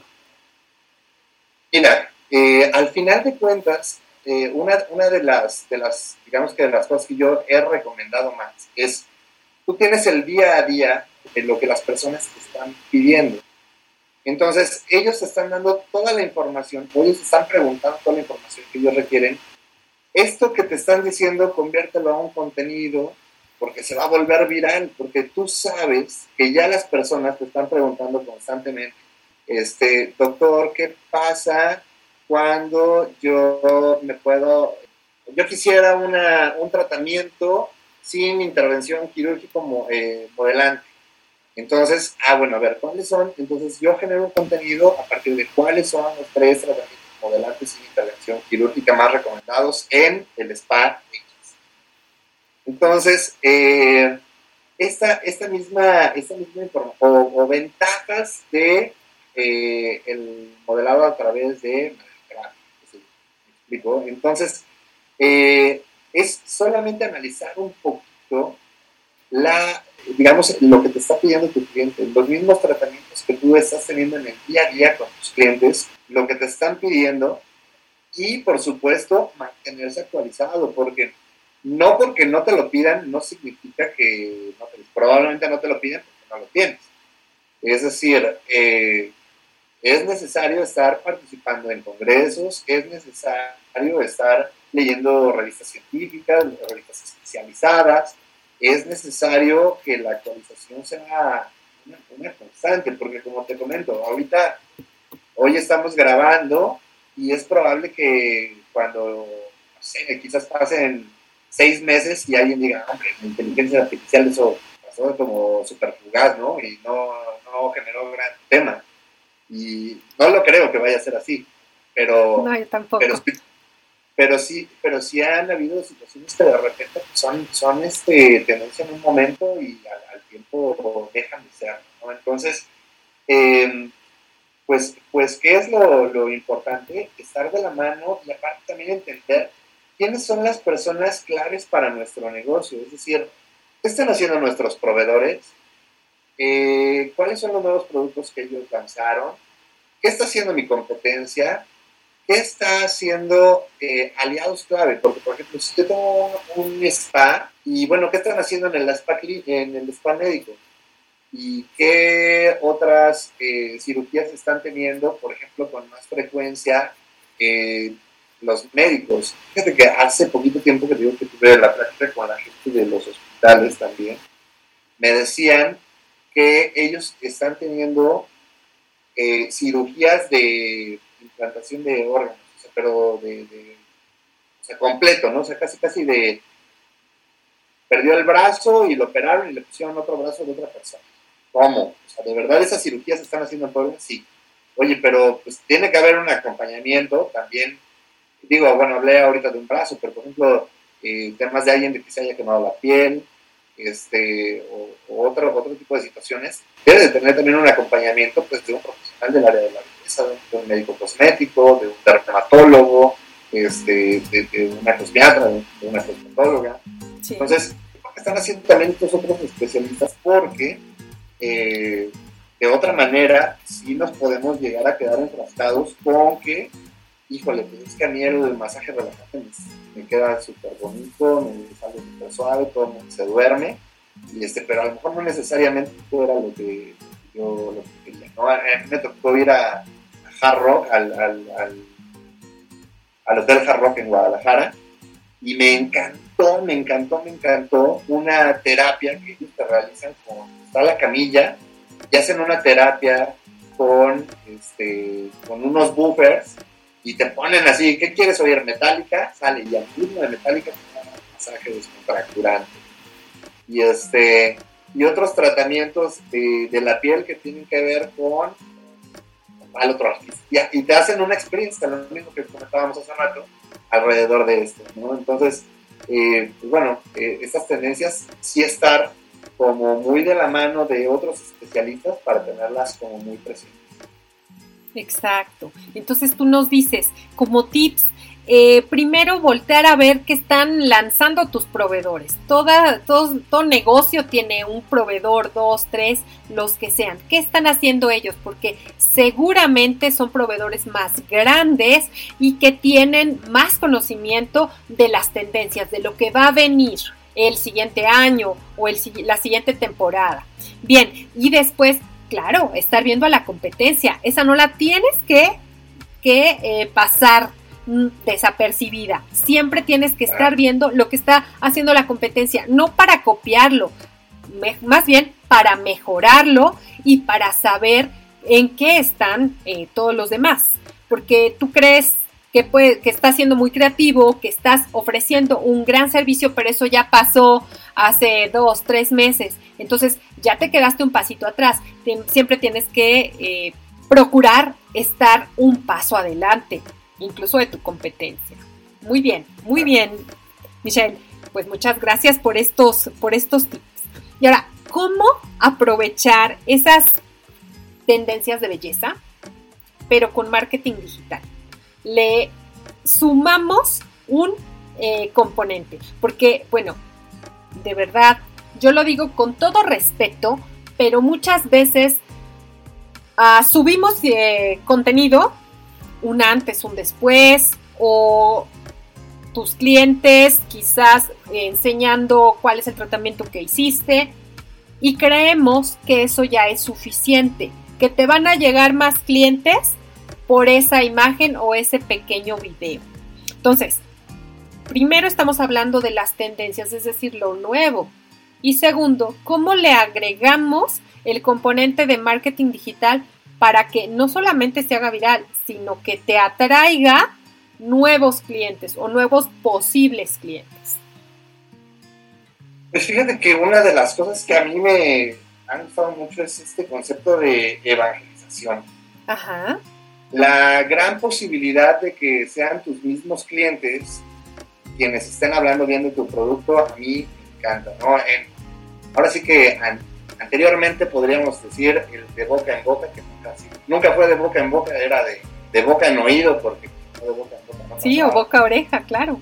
Speaker 2: Mira, eh, al final de cuentas, eh, una, una de las, de las, digamos que de las cosas que yo he recomendado más es, tú tienes el día a día de lo que las personas te están pidiendo. Entonces, ellos te están dando toda la información, o ellos te están preguntando toda la información que ellos requieren. Esto que te están diciendo, conviértelo a un contenido, porque se va a volver viral, porque tú sabes que ya las personas te están preguntando constantemente, este, doctor, ¿qué pasa cuando yo me puedo, yo quisiera una, un tratamiento sin intervención quirúrgica eh, modelante? Entonces, ah, bueno, a ver, ¿cuáles son? Entonces yo genero un contenido a partir de cuáles son los tres tratamientos modelantes sin intervención quirúrgica más recomendados en el Spa X. Entonces, eh, esta, esta misma, esta misma información, o, o ventajas de eh, el modelado a través de ¿sí? ¿Me explico? Entonces, eh, es solamente analizar un poquito la, digamos, lo que te está pidiendo tu cliente, los mismos tratamientos que tú estás teniendo en el día a día con tus clientes, lo que te están pidiendo y, por supuesto, mantenerse actualizado, porque no porque no te lo pidan no significa que no te, probablemente no te lo piden porque no lo tienes. Es decir, eh, es necesario estar participando en congresos, es necesario estar leyendo revistas científicas, revistas especializadas, es necesario que la actualización sea una, una constante, porque como te comento, ahorita, hoy estamos grabando y es probable que cuando, no sé, quizás pasen seis meses y alguien diga, hombre, la inteligencia artificial eso pasó como súper fugaz, ¿no? Y no, no generó gran tema. Y no lo creo que vaya a ser así, pero,
Speaker 1: No, yo tampoco.
Speaker 2: pero, pero sí, pero sí han habido situaciones que de repente son, son este, tendencia en un momento y al, al tiempo dejan de ser, ¿no? Entonces, eh, pues, pues, ¿qué es lo, lo importante? Estar de la mano y aparte también entender quiénes son las personas claves para nuestro negocio, es decir, ¿qué están haciendo nuestros proveedores? Eh, ¿Cuáles son los nuevos productos que ellos lanzaron? ¿Qué está haciendo mi competencia? ¿Qué está haciendo eh, aliados clave? Porque, por ejemplo, si yo tengo un spa, y bueno, ¿qué están haciendo en el spa, en el spa médico? ¿Y qué otras eh, cirugías están teniendo, por ejemplo, con más frecuencia eh, los médicos? Fíjate que hace poquito tiempo que digo que tuve la práctica con la gente de los hospitales también, me decían que ellos están teniendo eh, cirugías de implantación de órganos, o sea, pero de, de o sea, completo, ¿no? O sea, casi casi de perdió el brazo y lo operaron y le pusieron otro brazo de otra persona. ¿Cómo? O sea, ¿de verdad esas cirugías se están haciendo en Puebla? Sí. Oye, pero pues tiene que haber un acompañamiento también. Digo, bueno, hablé ahorita de un brazo, pero por ejemplo, eh, temas de alguien de que se haya quemado la piel, este, o, o otro, otro tipo de situaciones, debe de tener también un acompañamiento pues, de un profesional del área de la belleza, de un, de un médico cosmético, de un dermatólogo, este, de, de una cosmiatra, de, de una cosmetóloga. Sí. Entonces, lo que están haciendo también estos otros especialistas, porque eh, de otra manera sí nos podemos llegar a quedar enfrascados con que, híjole, pues es que a mí el masaje relajante me, me queda súper bonito, me sale súper suave, todo el mundo se duerme, y este, pero a lo mejor no necesariamente era lo que yo lo que quería, ¿no? A mí me tocó ir a, a Hard Rock, al, al, al, al Hotel Hard Rock en Guadalajara, y me encantó, me encantó, me encantó una terapia que ellos te realizan con, está la camilla, y hacen una terapia con, este, con unos buffers, y te ponen así, ¿qué quieres oír? ¿Metálica? Sale, y al ritmo de Metálica te dan un masaje descontracturante. Y, este, y otros tratamientos de, de la piel que tienen que ver con al otro artista. Y, y te hacen una experiencia, lo mismo que comentábamos hace rato, alrededor de esto, ¿no? Entonces, eh, pues bueno, eh, estas tendencias sí estar como muy de la mano de otros especialistas para tenerlas como muy presentes.
Speaker 1: Exacto. Entonces tú nos dices, como tips, eh, primero voltear a ver qué están lanzando tus proveedores. Toda, todo, todo negocio tiene un proveedor, dos, tres, los que sean. ¿Qué están haciendo ellos? Porque seguramente son proveedores más grandes y que tienen más conocimiento de las tendencias, de lo que va a venir el siguiente año o el, la siguiente temporada. Bien, y después, claro, estar viendo a la competencia. Esa no la tienes que, que eh, pasar desapercibida. Siempre tienes que estar viendo lo que está haciendo la competencia, no para copiarlo, me, más bien para mejorarlo y para saber en qué están eh, todos los demás. Porque tú crees que, puede, que estás siendo muy creativo, que estás ofreciendo un gran servicio, pero eso ya pasó hace dos, tres meses. Entonces ya te quedaste un pasito atrás. Te, siempre tienes que eh, procurar estar un paso adelante, incluso de tu competencia. Muy bien, muy bien, Michelle. Pues muchas gracias por estos, por estos tips. Y ahora, ¿cómo aprovechar esas tendencias de belleza, pero con marketing digital? Le sumamos un eh, componente, porque, bueno, de verdad, yo lo digo con todo respeto, pero muchas veces uh, subimos eh, contenido, un antes, un después, o tus clientes quizás eh, enseñando cuál es el tratamiento que hiciste, y creemos que eso ya es suficiente, que te van a llegar más clientes por esa imagen o ese pequeño video. Entonces, primero estamos hablando de las tendencias, es decir, lo nuevo. Y segundo, ¿cómo le agregamos el componente de marketing digital para que no solamente se haga viral, sino que te atraiga nuevos clientes o nuevos posibles clientes?
Speaker 2: Pues fíjate que una de las cosas que a mí me han gustado mucho es este concepto de evangelización.
Speaker 1: Ajá.
Speaker 2: La gran posibilidad de que sean tus mismos clientes quienes estén hablando bien de tu producto, a mí me encanta, ¿no? En, ahora sí que an, anteriormente podríamos decir el de boca en boca, que nunca, sí, nunca fue de boca en boca, era de, de boca en oído, porque no de boca en boca no
Speaker 1: sí, pasaba. O boca a oreja, claro.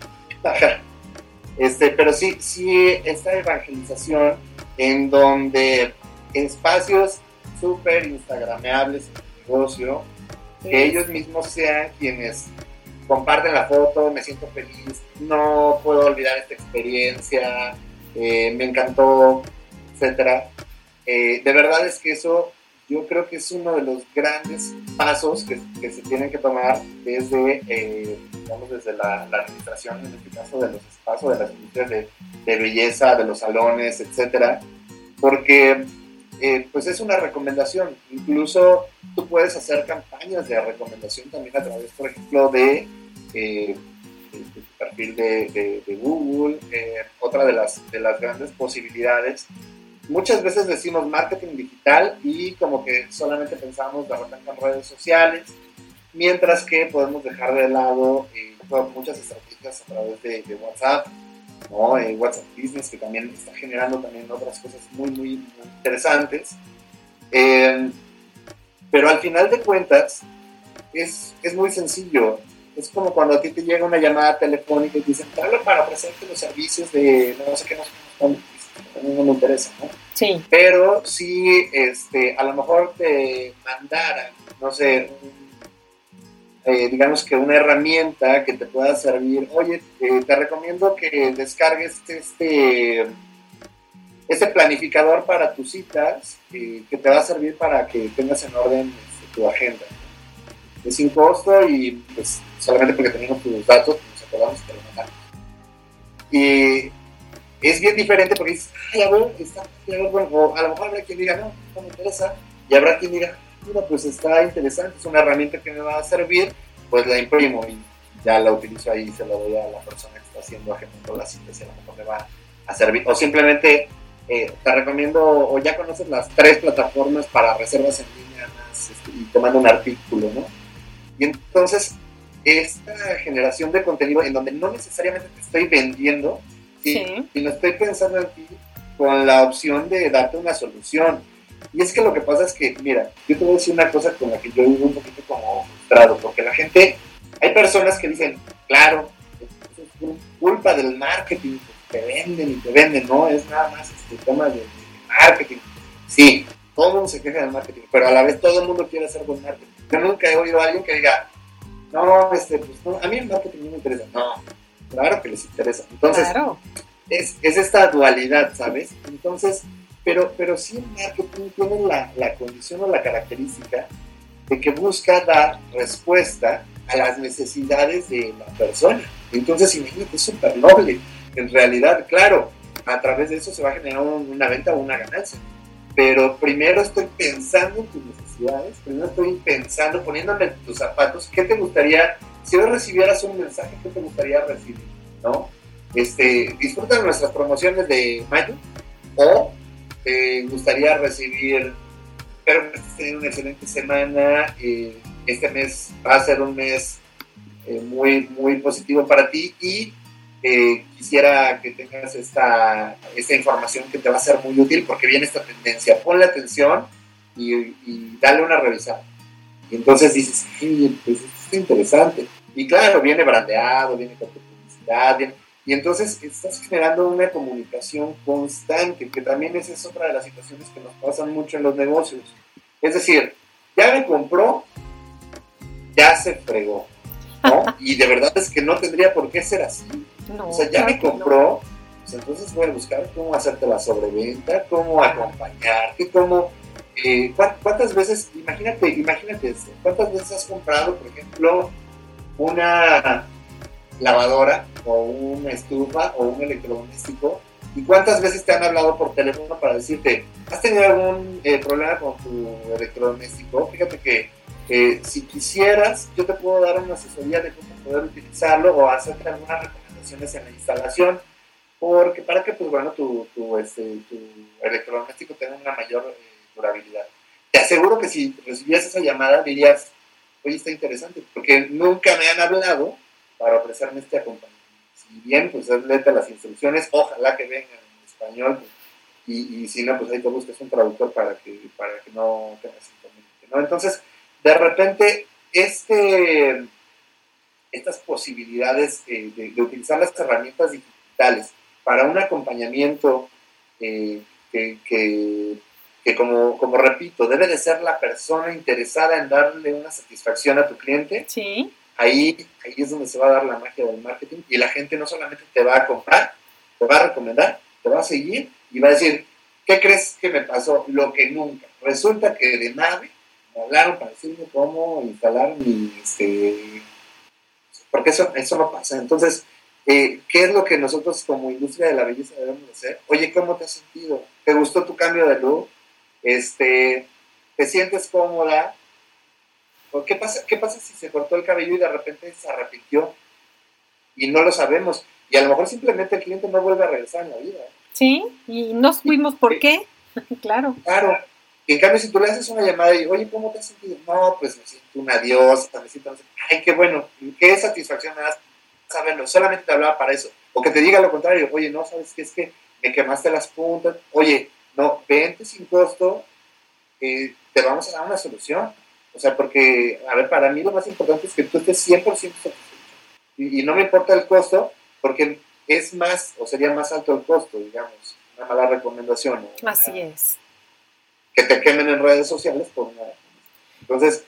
Speaker 2: Este, pero sí, sí, esta evangelización en donde espacios súper instagrameables en el negocio, sí, que ellos mismos sean quienes comparten la foto, me siento feliz, no puedo olvidar esta experiencia, eh, me encantó, etcétera. Eh, de verdad es que eso yo creo que es uno de los grandes pasos que, que se tienen que tomar desde, eh, digamos, desde la, la administración, en este caso de los espacios, de las industrias de, de belleza, de los salones, etcétera, porque eh, pues es una recomendación. Incluso tú puedes hacer campañas de recomendación también a través, por ejemplo, de, eh, de, de tu perfil de, de, de Google. Eh, otra de las, de las grandes posibilidades. Muchas veces decimos marketing digital y como que solamente pensamos de repente en redes sociales, mientras que podemos dejar de lado eh, muchas estrategias a través de, de WhatsApp, ¿no? Eh, WhatsApp Business, que también está generando también otras cosas muy, muy, muy interesantes. Eh, pero al final de cuentas es, es muy sencillo. Es como cuando a ti te llega una llamada telefónica y te dicen, te hablo para ofrecerte los servicios de no sé qué, no sé qué, a mí no me interesa, ¿no?
Speaker 1: Sí.
Speaker 2: Pero si este, a lo mejor te mandaran, no sé, eh, digamos que una herramienta que te pueda servir, oye, eh, te recomiendo que descargues este, este planificador para tus citas, eh, que te va a servir para que tengas en orden este, tu agenda. Es sin costo y pues solamente porque tenemos tus datos, pues, nos acordamos y te lo mandamos. Y es bien diferente porque dices, ay, a ver, está, bueno, o a lo mejor habrá quien diga, no, no me interesa, y habrá quien diga, mira, pues está interesante, es una herramienta que me va a servir, pues la imprimo y ya la utilizo ahí y se la doy a la persona que está haciendo, agendando la cita, si a lo mejor me va a servir, o simplemente eh, te recomiendo, o ya conoces las tres plataformas para reservas en línea más, este, y te mando un artículo, ¿no? Y entonces, esta generación de contenido en donde no necesariamente te estoy vendiendo,
Speaker 1: sí.
Speaker 2: sino estoy pensando en ti con la opción de darte una solución. Y es que lo que pasa es que, mira, yo te voy a decir una cosa con la que yo vivo un poquito como frustrado, porque la gente, hay personas que dicen, claro, es culpa del marketing, te venden y te venden, no es nada más este tema de, de marketing. Sí, todo el mundo se queja del marketing, pero a la vez todo el mundo quiere hacer buen marketing. Yo nunca he oído a alguien que diga, no, este, pues no, a mí el marketing no me interesa. No, claro que les interesa. Entonces,
Speaker 1: claro.
Speaker 2: es, es esta dualidad, ¿sabes? Entonces, pero, pero sí el marketing tiene la, la condición o la característica de que busca dar respuesta a las necesidades de la persona. Entonces, imagínate, es súper noble. En realidad, claro, a través de eso se va a generar un, una venta o una ganancia. Pero primero estoy pensando en tus necesidades, primero estoy pensando, poniéndome tus zapatos, ¿qué te gustaría, si hoy recibieras un mensaje, qué te gustaría recibir? ¿No? Este, disfruta de nuestras promociones de mayo, o te gustaría recibir, espero que estés teniendo una excelente semana, eh, este mes va a ser un mes eh, muy, muy positivo para ti, y eh, quisiera que tengas esta, esta información que te va a ser muy útil porque viene esta tendencia. Ponle atención y, y dale una revisada. Y entonces dices, sí, pues esto es interesante. Y claro, viene brandeado, viene con publicidad, viene, y entonces estás generando una comunicación constante, que también esa es otra de las situaciones que nos pasan mucho en los negocios. Es decir, ya me compró, ya se fregó, ¿no? Y de verdad es que no tendría por qué ser así.
Speaker 1: No,
Speaker 2: o sea, ya
Speaker 1: claro
Speaker 2: me compró, no. Pues entonces voy a buscar cómo hacerte la sobreventa, cómo acompañarte, cómo... Eh, ¿Cuántas veces, imagínate, imagínate esto, cuántas veces has comprado, por ejemplo, una lavadora o una estufa o un electrodoméstico, y cuántas veces te han hablado por teléfono para decirte, ¿has tenido algún eh, problema con tu electrodoméstico? Fíjate que eh, si quisieras, yo te puedo dar una asesoría de cómo poder utilizarlo o hacerte algunas recomendaciones en la instalación, porque para que pues bueno tu, tu, este, tu electrodoméstico tenga una mayor eh, durabilidad. Te aseguro que si recibías esa llamada dirías, oye, está interesante, porque nunca me han hablado para ofrecerme este acompañamiento. Si bien, pues es letra las instrucciones, ojalá que vengan en español, pues, y, y si no, pues ahí te buscas un traductor para que, para que no tengas inconveniente, ¿no? Entonces, de repente, este, estas posibilidades eh, de, de utilizar las herramientas digitales para un acompañamiento eh, que, que, que como, como repito, debe de ser la persona interesada en darle una satisfacción a tu cliente.
Speaker 1: Sí.
Speaker 2: Ahí, ahí es donde se va a dar la magia del marketing, y la gente no solamente te va a comprar, te va a recomendar, te va a seguir y va a decir, ¿qué crees que me pasó? Lo que nunca. Resulta que de nave me hablaron para decirme cómo instalar mi... Este, porque eso, eso no pasa. Entonces, eh, ¿qué es lo que nosotros como industria de la belleza debemos hacer? Oye, ¿cómo te has sentido? ¿Te gustó tu cambio de look? Este, ¿te sientes cómoda? ¿Qué pasa, ¿Qué pasa si se cortó el cabello y de repente se arrepintió? Y no lo sabemos. Y a lo mejor simplemente el cliente no vuelve a regresar en la vida.
Speaker 1: Sí, y no supimos por qué. Claro.
Speaker 2: Claro. En cambio, si tú le haces una llamada y, oye, ¿cómo te has sentido? No, pues me siento una diosa, me siento... Ay, qué bueno, qué satisfacción me das saberlo. Solamente te hablaba para eso. O que te diga lo contrario. Oye, no, ¿sabes qué? Es que me quemaste las puntas. Oye, no, vente sin costo, eh, te vamos a dar una solución. O sea, porque, a ver, para mí lo más importante es que tú estés cien por ciento satisfecho. Y, y no me importa el costo, porque es más, o sería más alto el costo, digamos, una mala recomendación. Una,
Speaker 1: Así es.
Speaker 2: Que te quemen en redes sociales por una... Entonces,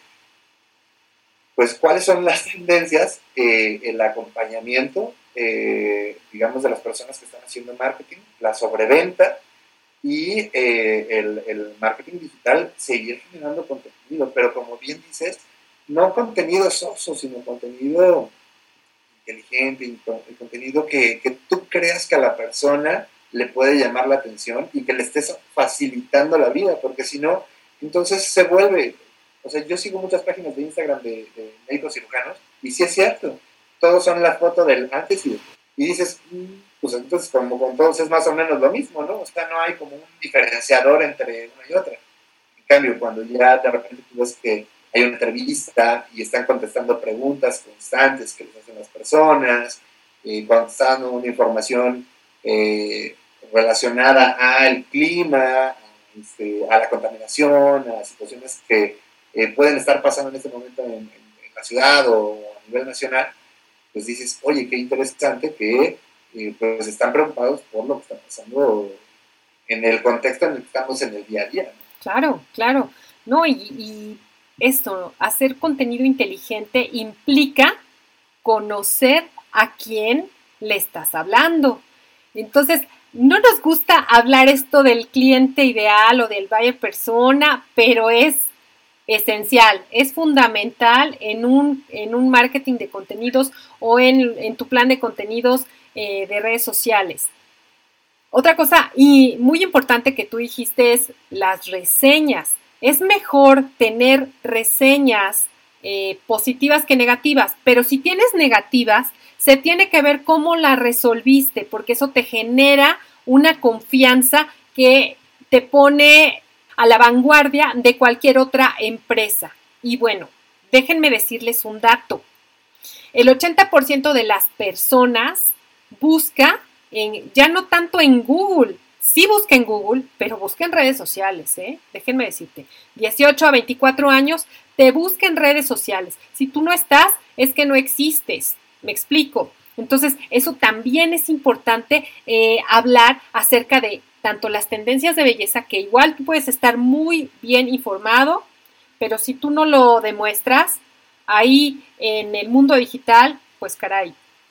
Speaker 2: pues, ¿cuáles son las tendencias? Eh, el acompañamiento, eh, digamos, de las personas que están haciendo marketing, la sobreventa, y eh, el, el marketing digital, seguir generando contenido, pero como bien dices, no contenido soso, sino contenido inteligente, el contenido que, que tú creas que a la persona le puede llamar la atención y que le estés facilitando la vida, porque si no, entonces se vuelve, o sea, yo sigo muchas páginas de Instagram de, de médicos cirujanos, y sí es cierto, todos son la foto del antes y después. Y dices, pues entonces como con todos es más o menos lo mismo, ¿no? O sea, no hay como un diferenciador entre una y otra. En cambio, cuando ya de repente tú ves que hay una entrevista y están contestando preguntas constantes que les hacen las personas, y cuando están dando una información eh, relacionada al clima, a, este, a la contaminación, a situaciones que eh, pueden estar pasando en este momento en, en, en la ciudad o a nivel nacional, pues dices, oye, qué interesante que eh, pues están preocupados por lo que está pasando en el contexto en el que estamos en el día a día, ¿no?
Speaker 1: Claro, claro. No, y, y esto, hacer contenido inteligente implica conocer a quién le estás hablando. Entonces, no nos gusta hablar esto del cliente ideal o del buyer persona, pero es esencial, es fundamental en un, en un marketing de contenidos o en, en tu plan de contenidos eh, de redes sociales. Otra cosa y muy importante que tú dijiste es las reseñas. Es mejor tener reseñas eh, positivas que negativas, pero si tienes negativas, se tiene que ver cómo la resolviste, porque eso te genera una confianza que te pone a la vanguardia de cualquier otra empresa. Y bueno, déjenme decirles un dato. El ochenta por ciento de las personas busca, en, ya no tanto en Google, sí busca en Google, pero busca en redes sociales, ¿eh? Déjenme decirte, dieciocho a veinticuatro años, te busca en redes sociales. Si tú no estás, es que no existes. ¿Me explico? Entonces, eso también es importante eh, hablar acerca de tanto las tendencias de belleza, que igual tú puedes estar muy bien informado, pero si tú no lo demuestras, ahí en el mundo digital, pues caray,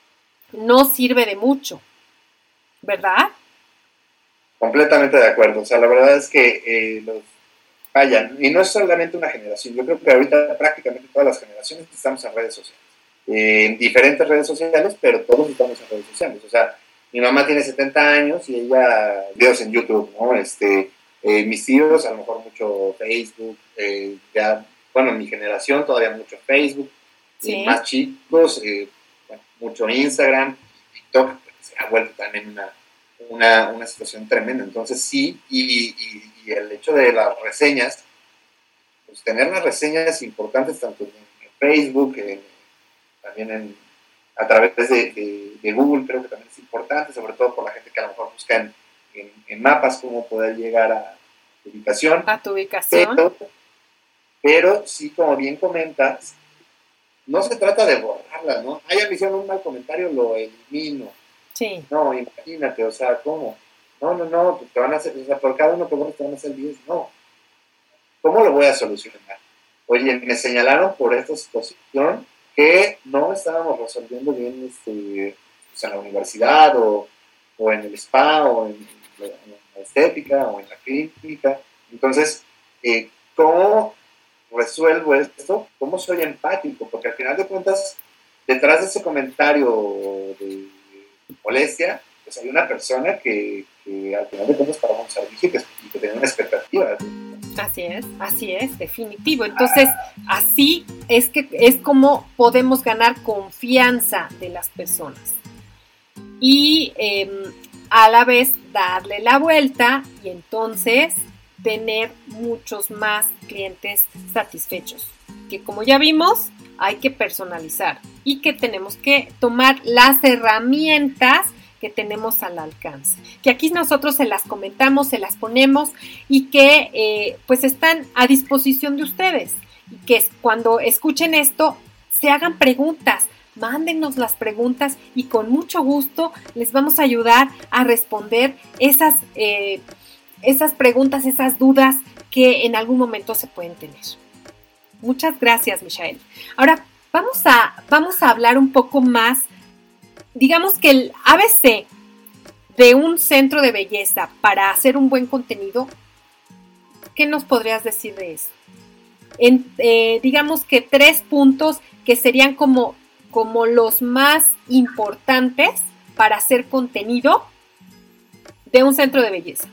Speaker 1: no sirve de mucho, ¿verdad?
Speaker 2: Completamente de acuerdo. O sea, la verdad es que eh, los vayan, y no es solamente una generación, yo creo que ahorita prácticamente todas las generaciones estamos en redes sociales, eh, en diferentes redes sociales, pero todos estamos en redes sociales. O sea, mi mamá tiene setenta años y ella videos en YouTube, ¿no? Este, eh, mis tíos a lo mejor mucho Facebook, eh, ya, bueno, mi generación todavía mucho Facebook, sí. Y más chicos, eh, bueno, mucho Instagram, TikTok, se ha vuelto también una, una, una situación tremenda. Entonces sí, y, y, y el hecho de las reseñas, pues tener las reseñas importantes tanto en, en Facebook, en, también en, a través de, de, de Google, creo que también es importante, sobre todo por la gente que a lo mejor busca en, en, en mapas cómo poder llegar a tu ubicación.
Speaker 1: A tu ubicación.
Speaker 2: Pero, pero sí, como bien comentas, no se trata de borrarlas, ¿no? Ay, me hicieron un mal comentario, lo elimino.
Speaker 1: Sí.
Speaker 2: No, imagínate, o sea, ¿cómo? No, no, no, pues te van a hacer, o sea, por cada uno que bueno te van a hacer diez, no. ¿Cómo lo voy a solucionar? Oye, me señalaron por esta situación que no estábamos resolviendo bien este, pues en la universidad o, o en el spa o en, en la estética o en la clínica. Entonces, eh, ¿cómo resuelvo esto? ¿Cómo soy empático? Porque al final de cuentas, detrás de ese comentario de molestia, pues hay una persona que, que al final de cuentas para un servicio y que, y que tiene una expectativa.
Speaker 1: Así es, así es, definitivo. Entonces, así es que es como podemos ganar confianza de las personas y eh, a la vez darle la vuelta y entonces tener muchos más clientes satisfechos, que como ya vimos, hay que personalizar y que tenemos que tomar las herramientas que tenemos al alcance, que aquí nosotros se las comentamos, se las ponemos y que eh, pues están a disposición de ustedes y que cuando escuchen esto se hagan preguntas, mándenos las preguntas y con mucho gusto les vamos a ayudar a responder esas, eh, esas preguntas, esas dudas que en algún momento se pueden tener. Muchas gracias, Michael. Ahora vamos a, vamos a hablar un poco más. Digamos que el A B C de un centro de belleza para hacer un buen contenido, ¿qué nos podrías decir de eso? En, eh, digamos que tres puntos que serían como, como los más importantes para hacer contenido de un centro de belleza.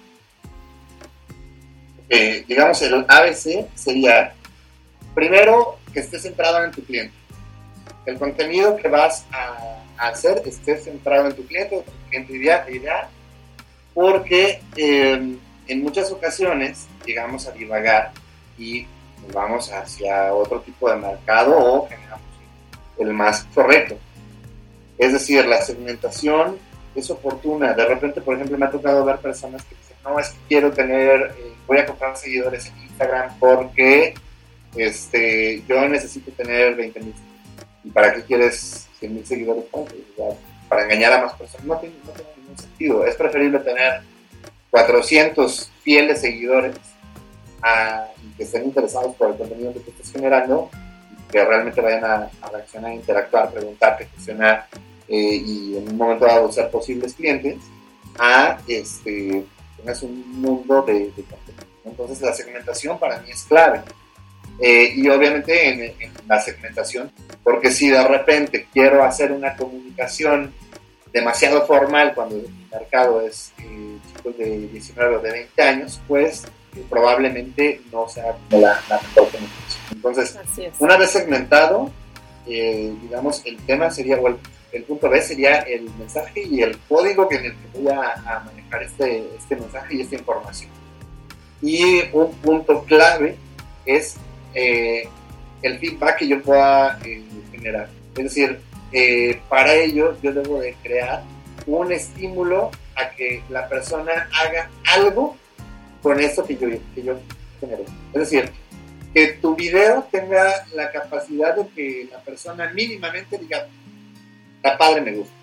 Speaker 2: Eh, digamos, el A B C sería, primero, que estés centrado en tu cliente. El contenido que vas a a hacer es estar centrado en tu cliente, tu cliente ideal, ideal porque eh, en muchas ocasiones llegamos a divagar y nos vamos hacia otro tipo de mercado o generamos el más correcto. Es decir, la segmentación es oportuna. De repente, por ejemplo, me ha tocado ver personas que dicen, no, es que quiero tener, eh, voy a comprar seguidores en Instagram porque este, yo necesito tener veinte mil. ¿Y para qué quieres cien mil seguidores? Para engañar a más personas. No tiene, no tiene ningún sentido. Es preferible tener cuatrocientos fieles seguidores a, que estén interesados por el contenido que tú estás generando, que realmente vayan a, a reaccionar, a interactuar, preguntarte, cuestionar eh, y en un momento dado ser posibles clientes, a este, tengas un mundo de, de contenido. Entonces la segmentación para mí es clave. Eh, y obviamente en, en la segmentación, porque si de repente quiero hacer una comunicación demasiado formal cuando el mercado es eh, chicos de diecinueve o de veinte años, pues eh, probablemente no sea la, la mejor comunicación. Entonces, una vez segmentado, eh, digamos, el tema sería, o el, el punto B sería el mensaje y el código en el que voy a, a manejar este, este mensaje y esta información. Y un punto clave es eh, el feedback que yo pueda eh, generar. Es decir, eh, para ello yo debo de crear un estímulo a que la persona haga algo con esto que yo, que yo generé. Es decir, que tu video tenga la capacidad de que la persona mínimamente diga, está padre, me gusta.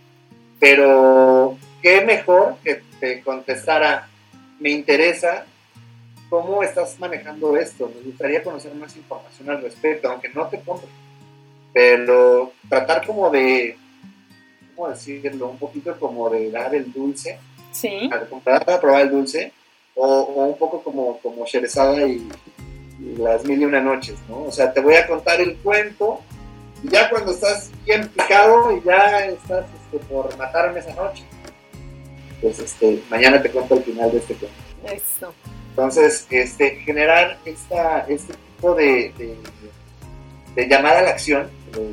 Speaker 2: Pero qué mejor que te contestara, me interesa cómo estás manejando esto, me gustaría conocer más información al respecto, aunque no te compre. Pero tratar como de, ¿cómo decirlo? Un poquito como de dar el dulce.
Speaker 1: Sí.
Speaker 2: A comprar para probar el dulce. O, o un poco como, como Sherezada y, y las mil y una noches, ¿no? O sea, te voy a contar el cuento y ya cuando estás bien picado y ya estás este, por matarme esa noche, pues este, mañana te cuento el final de este cuento.
Speaker 1: Eso.
Speaker 2: Entonces, este, generar esta, este tipo de, de, de llamada a la acción,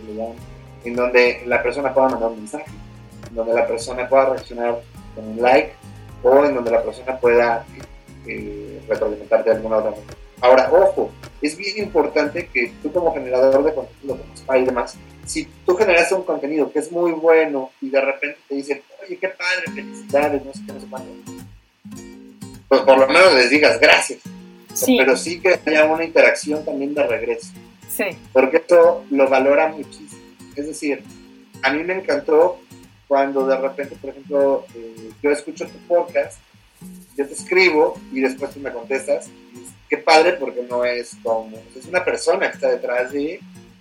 Speaker 2: en donde la persona pueda mandar un mensaje, en donde la persona pueda reaccionar con un like, o en donde la persona pueda eh, retroalimentar de alguna otra manera. Ahora, ojo, es bien importante que tú como generador de contenido, como Spy y demás, si tú generaste un contenido que es muy bueno y de repente te dicen, oye, qué padre, felicidades, no sé qué, no sé cuándo, pues por lo menos les digas gracias. Sí. Pero sí que haya una interacción también de regreso.
Speaker 1: Sí.
Speaker 2: Porque esto lo valora muchísimo. Es decir, a mí me encantó cuando de repente, por ejemplo, eh, yo escucho tu podcast, yo te escribo y después tú me contestas. Y qué padre, porque no es como, es una persona que está detrás de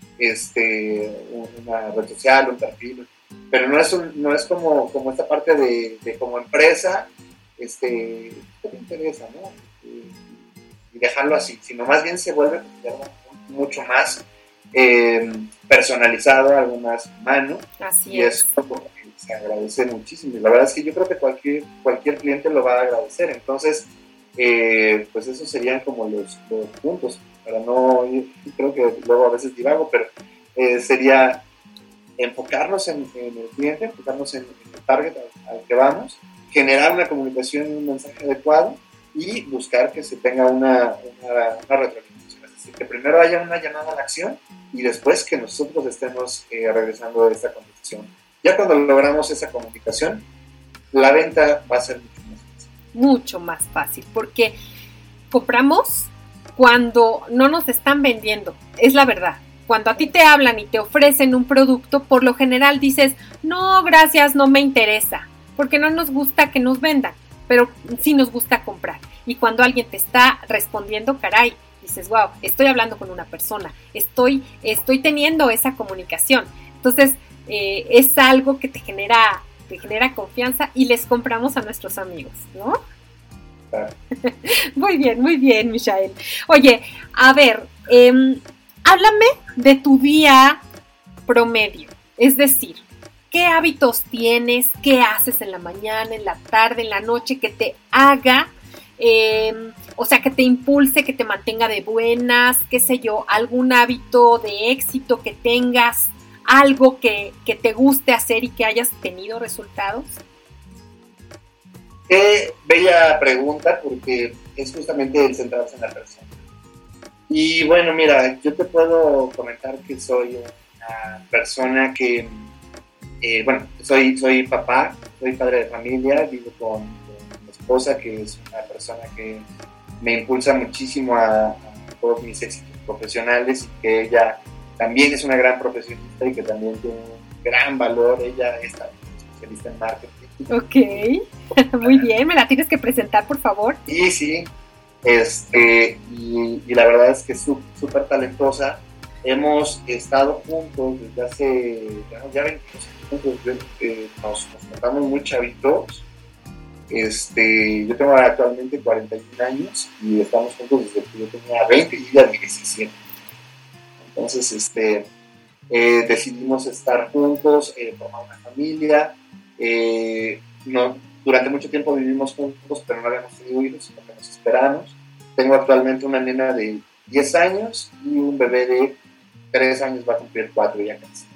Speaker 2: este, una red social, un perfil, pero no es, un, no es como, como esta parte de, de como empresa, este, ¿qué te interesa, no? Y, y dejarlo así, sino más bien se vuelve mucho más eh, personalizado, algo más humano.
Speaker 1: Así
Speaker 2: y
Speaker 1: es.
Speaker 2: Eso se agradece muchísimo. Y la verdad es que yo creo que cualquier, cualquier cliente lo va a agradecer. Entonces, eh, pues esos serían como los, los puntos. Para no ir, creo que luego a veces divago, pero eh, sería enfocarnos en, en el cliente, enfocarnos en, en el target al, al que vamos, generar una comunicación y un mensaje adecuado y buscar que se tenga una, una, una retroalimentación. Es decir, que primero haya una llamada a la acción y después que nosotros estemos eh, regresando de esta conversación. Ya cuando logramos esa comunicación, la venta va a ser mucho más fácil.
Speaker 1: Mucho más fácil, porque compramos cuando no nos están vendiendo, es la verdad. Cuando a ti te hablan y te ofrecen un producto, por lo general dices, no, gracias, no me interesa, porque no nos gusta que nos vendan, pero sí nos gusta comprar. Y cuando alguien te está respondiendo, caray, dices, wow, estoy hablando con una persona, estoy, estoy teniendo esa comunicación. Entonces, eh, es algo que te genera, te genera confianza y les compramos a nuestros amigos, ¿no?
Speaker 2: Claro.
Speaker 1: Muy bien, muy bien, Michael. Oye, a ver, eh, háblame de tu día promedio, es decir, ¿qué hábitos tienes? ¿Qué haces en la mañana, en la tarde, en la noche que te haga, eh, o sea, que te impulse, que te mantenga de buenas, qué sé yo, algún hábito de éxito que tengas, algo que, que te guste hacer y que hayas tenido resultados?
Speaker 2: Qué bella pregunta, porque es justamente el centrarse en la persona. Y bueno, mira, yo te puedo comentar que soy una persona que, eh, bueno, soy, soy papá, soy padre de familia, vivo con, con mi esposa, que es una persona que me impulsa muchísimo a, a todos mis éxitos profesionales, y que ella también es una gran profesionista y que también tiene un gran valor. Ella es especialista en marketing.
Speaker 1: Ok, muy bien, me la tienes que presentar, por favor.
Speaker 2: Y sí, este, y, y la verdad es que es súper talentosa. Hemos estado juntos desde hace ya, ya veintidós años, eh, nos, nos contamos muy chavitos. Este, yo tengo actualmente cuarenta y un años y estamos juntos desde que yo tenía veinte y ella diecisiete. Entonces, este, eh, decidimos estar juntos, eh, formar una familia. Eh, no, durante mucho tiempo vivimos juntos, pero no habíamos tenido hijos, sino que nos esperamos. Tengo actualmente una nena de diez años y un bebé de tres años, va a cumplir cuatro ya casi.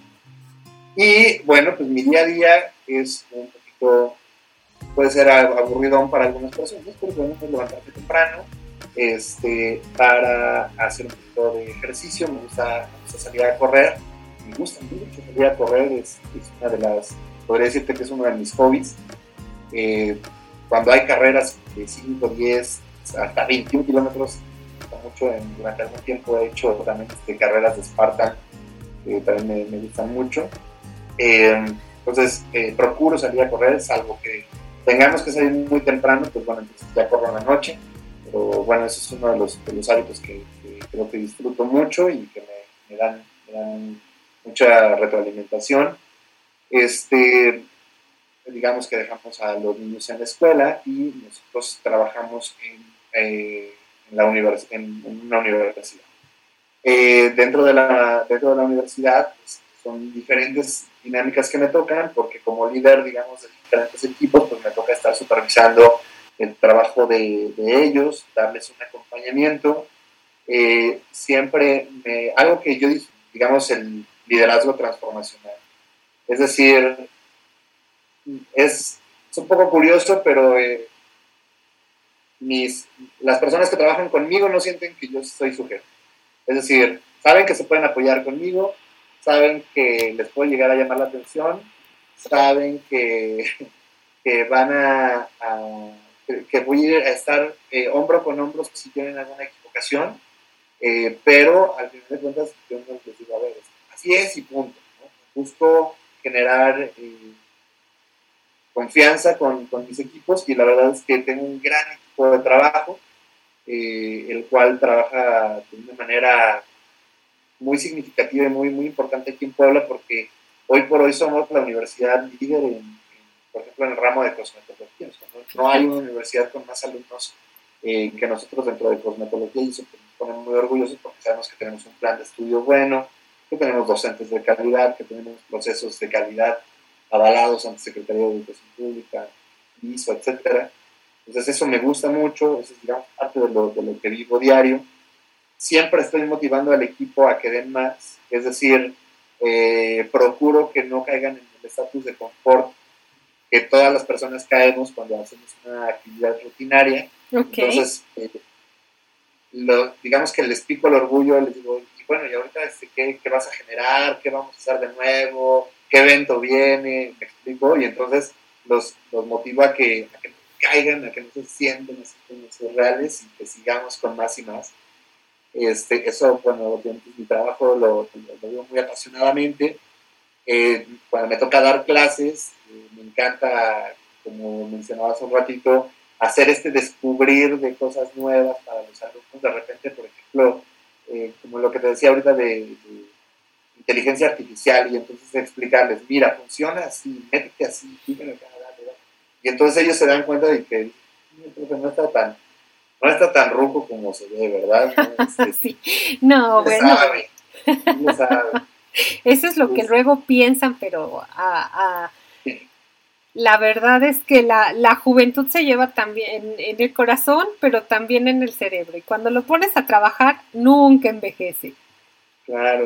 Speaker 2: Y bueno, pues mi día a día es un poquito, puede ser aburridón para algunas personas, pero bueno, pues levantarte temprano, este, para hacer un poquito de ejercicio. Me gusta, me gusta salir a correr, me gusta mucho salir a correr, es, es una de las, podría decirte que es uno de mis hobbies. Eh, cuando hay carreras de cinco, diez, hasta veintiún kilómetros, mucho en, durante algún tiempo he hecho también este, carreras de Spartan, que también me, me gustan mucho. Eh, entonces, eh, procuro salir a correr, salvo que tengamos que salir muy temprano, pues bueno, entonces ya corro en la noche. Pero bueno, ese es uno de los, de los hábitos que, que creo que disfruto mucho y que me, me, dan, me dan mucha retroalimentación. Este, digamos que dejamos a los niños en la escuela y nosotros trabajamos en, eh, en, la univers- en, en una universidad. Eh, dentro, de la, dentro de la universidad, pues, son diferentes dinámicas que me tocan, porque como líder, digamos, de diferentes equipos, pues me toca estar supervisando el trabajo de, de ellos, darles un acompañamiento. Eh, siempre me, algo que yo, digamos, el liderazgo transformacional. Es decir, es, es un poco curioso, pero eh, mis, las personas que trabajan conmigo no sienten que yo soy su jefe. Es decir, saben que se pueden apoyar conmigo, saben que les puedo llegar a llamar la atención, saben que, que van a, a que voy a estar eh, hombro con hombro si tienen alguna equivocación, eh, pero al final de cuentas yo no les digo, a ver, así es y punto, ¿no? Busco generar eh, confianza con, con mis equipos, y la verdad es que tengo un gran equipo de trabajo, eh, el cual trabaja de una manera muy significativa y muy, muy importante aquí en Puebla, porque hoy por hoy somos la universidad líder en, en por ejemplo, en el ramo de cosmetología. ¿No? No hay una universidad con más alumnos eh, que nosotros dentro de cosmetología, y eso nos pone muy orgullosos porque sabemos que tenemos un plan de estudio bueno, que tenemos docentes de calidad, que tenemos procesos de calidad avalados ante Secretaría de Educación Pública, I S O, etcétera. Entonces eso me gusta mucho, eso es, digamos, parte de lo, de lo que vivo diario. Siempre estoy motivando al equipo a que den más, es decir, eh, procuro que no caigan en el estatus de confort que todas las personas caemos cuando hacemos una actividad rutinaria.
Speaker 1: Okay.
Speaker 2: Entonces, eh, lo, digamos que les pico el orgullo, les digo, y bueno, y ahorita este, ¿qué, ¿qué vas a generar? ¿Qué vamos a hacer de nuevo? ¿Qué evento viene? Me explico, y entonces los, los motivo a que, a que caigan, a que no se sienten así como surreales, y que sigamos con más y más. Este, eso, bueno, obviamente mi trabajo lo, lo, lo digo muy apasionadamente. Eh, cuando me toca dar clases, eh, me encanta, como mencionaba hace un ratito, hacer este descubrir de cosas nuevas para los alumnos. De repente, por ejemplo, eh, como lo que te decía ahorita de, de inteligencia artificial, y entonces explicarles, mira, funciona así, métete así, dímelo acá, dale, dale. Y entonces ellos se dan cuenta de que no está tan no está tan ruco como se ve, ¿verdad?
Speaker 1: No, este, sí. No, bueno.
Speaker 2: Sabe, no sabe.
Speaker 1: Eso es lo que pues, luego piensan, pero a, a, la verdad es que la, la juventud se lleva también en, en el corazón, pero también en el cerebro. Y cuando lo pones a trabajar, nunca envejece.
Speaker 2: Claro.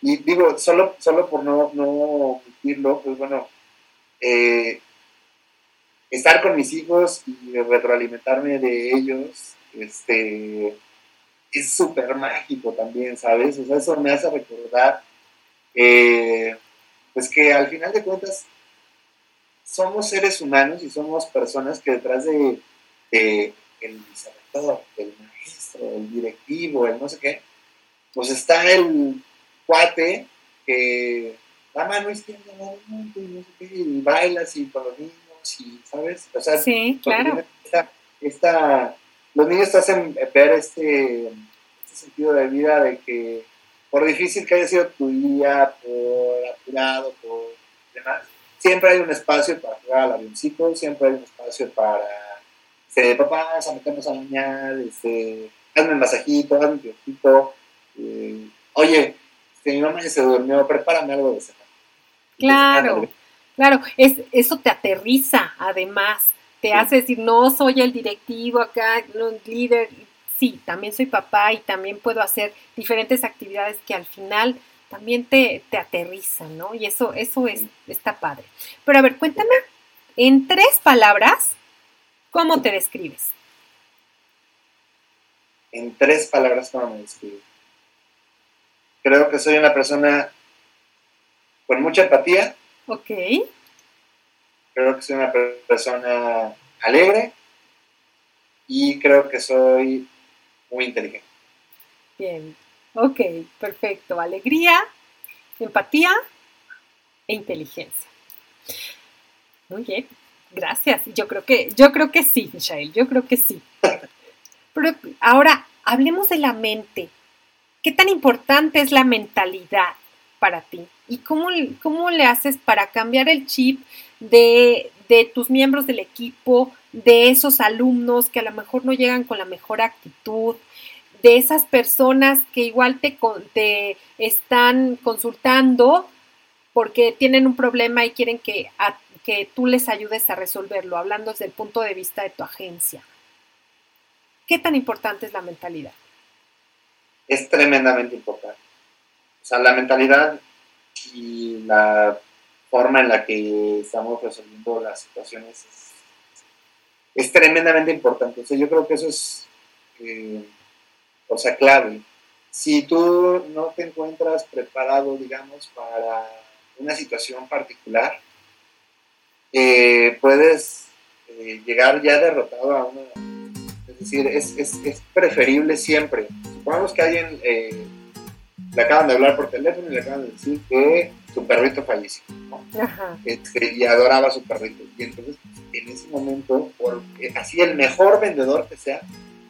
Speaker 2: y digo, solo, solo por no, no omitirlo, pues bueno, eh, estar con mis hijos y retroalimentarme de ellos, este, es súper mágico también, ¿sabes? O sea, eso me hace recordar, eh, pues que al final de cuentas somos seres humanos y somos personas que detrás de, de el vicerrector, el maestro, el directivo, el no sé qué, pues está el cuate que la mano izquierda, la mano, y no sé qué, y bailas y con los niños, y ¿sabes? O sea,
Speaker 1: sí, claro.
Speaker 2: esta, esta, los niños te hacen ver este, este sentido de vida de que por difícil que haya sido tu día, por apurado, por demás, siempre hay un espacio para jugar al avioncito, siempre hay un espacio para, este, papá, vamos a meternos a bañar, este, hazme un masajito, hazme un piojito, eh, oye, este, mi mamá ya se durmió, prepárame algo de cenar.
Speaker 1: Claro, claro, es, eso te aterriza, además, te sí. hace decir, no soy el directivo acá, no el líder, sí, también soy papá y también puedo hacer diferentes actividades que al final también te, te aterrizan, ¿no? Y eso, eso es, está padre. Pero a ver, cuéntame, en tres palabras, ¿cómo te describes?
Speaker 2: En tres palabras, ¿cómo me describo? Creo que soy una persona con mucha empatía.
Speaker 1: Ok.
Speaker 2: Creo que soy una persona alegre y creo que soy muy inteligente.
Speaker 1: Bien, ok, perfecto. Alegría, empatía e inteligencia. Muy bien, gracias. Yo creo que, yo creo que sí, Michael, yo creo que sí. Pero ahora, hablemos de la mente. ¿Qué tan importante es la mentalidad para ti? ¿Y cómo, cómo le haces para cambiar el chip de, de tus miembros del equipo, de esos alumnos que a lo mejor no llegan con la mejor actitud, de esas personas que igual te, te están consultando porque tienen un problema y quieren que, a, que tú les ayudes a resolverlo, hablando desde el punto de vista de tu agencia? ¿Qué tan importante es la mentalidad?
Speaker 2: Es tremendamente importante. O sea, la mentalidad y la forma en la que estamos resolviendo las situaciones es, es tremendamente importante. O sea, yo creo que eso es eh, cosa clave. Si tú no te encuentras preparado, digamos, para una situación particular, eh, puedes eh, llegar ya derrotado a una... Es decir, es, es, es preferible siempre. Supongamos que alguien eh, le acaban de hablar por teléfono y le acaban de decir que su perrito falleció, ¿no?
Speaker 1: Ajá.
Speaker 2: Este, y adoraba a su perrito. Y entonces, en ese momento, por, así el mejor vendedor que sea,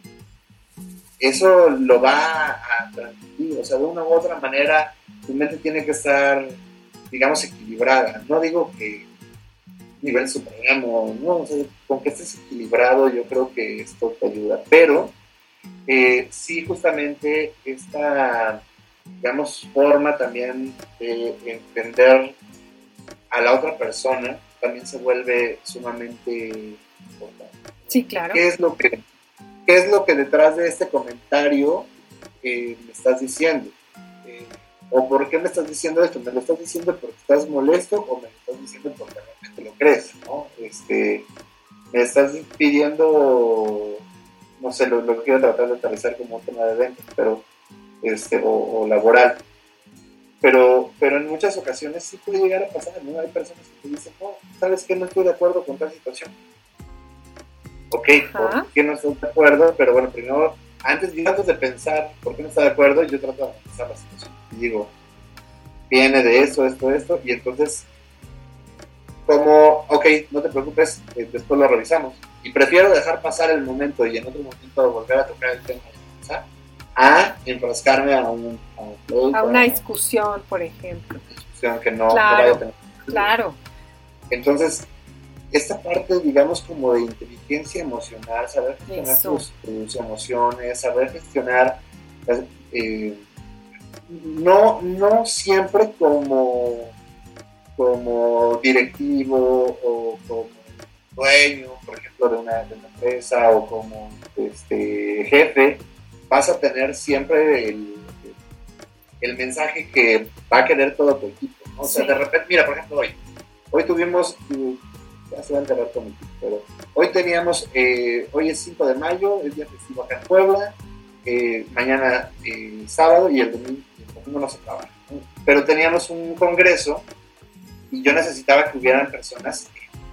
Speaker 2: eso lo va a transmitir. O sea, de una u otra manera, tu mente tiene que estar, digamos, equilibrada. No digo que nivel supremo, no, o sea, con que estés equilibrado, yo creo que esto te ayuda. Pero eh, sí, justamente esta, digamos, forma también de entender a la otra persona también se vuelve sumamente importante.
Speaker 1: Sí, claro.
Speaker 2: ¿Qué es lo que, qué es lo que detrás de este comentario eh, me estás diciendo? Eh, ¿O por qué me estás diciendo esto? ¿Me lo estás diciendo porque estás molesto o me lo estás diciendo porque realmente lo crees? ¿No? Este, me estás pidiendo, no sé, lo, lo quiero tratar de aterrizar como un tema de ventas, pero, este, o, o laboral. Pero, pero en muchas ocasiones sí puede llegar a pasar, ¿no? Hay personas que te dicen, no, ¿sabes qué? No estoy de acuerdo con tal situación. Ok,
Speaker 1: Ajá.
Speaker 2: ¿por qué no estoy de acuerdo? Pero bueno, primero, antes, antes de pensar por qué no está de acuerdo, yo trato de analizar la situación. Y digo, viene de esto, esto, esto, y entonces, como, ok, no te preocupes, eh, después lo revisamos. Y prefiero dejar pasar el momento y en otro momento volver a tocar el tema y pensar, a enfrascarme a, un, a, un play,
Speaker 1: a una discusión, por ejemplo.
Speaker 2: Una discusión que no,
Speaker 1: claro,
Speaker 2: no vaya a tener.
Speaker 1: Claro.
Speaker 2: Entonces, esta parte, digamos, como de inteligencia emocional, saber gestionar tus, tus emociones, saber gestionar, eh, no, no siempre como, como directivo o como dueño, por ejemplo, de una, de una empresa o como este, jefe, vas a tener siempre el, el mensaje que va a querer todo tu equipo, ¿no? O sea, sí. De repente, mira, por ejemplo, hoy, hoy tuvimos, ya se va a enterar con mi equipo, pero hoy teníamos, eh, hoy es cinco de mayo, es día festivo acá en Puebla, eh, mañana eh, sábado y el domingo, el domingo no se trabaja, ¿no? Pero teníamos un congreso y yo necesitaba que hubieran personas,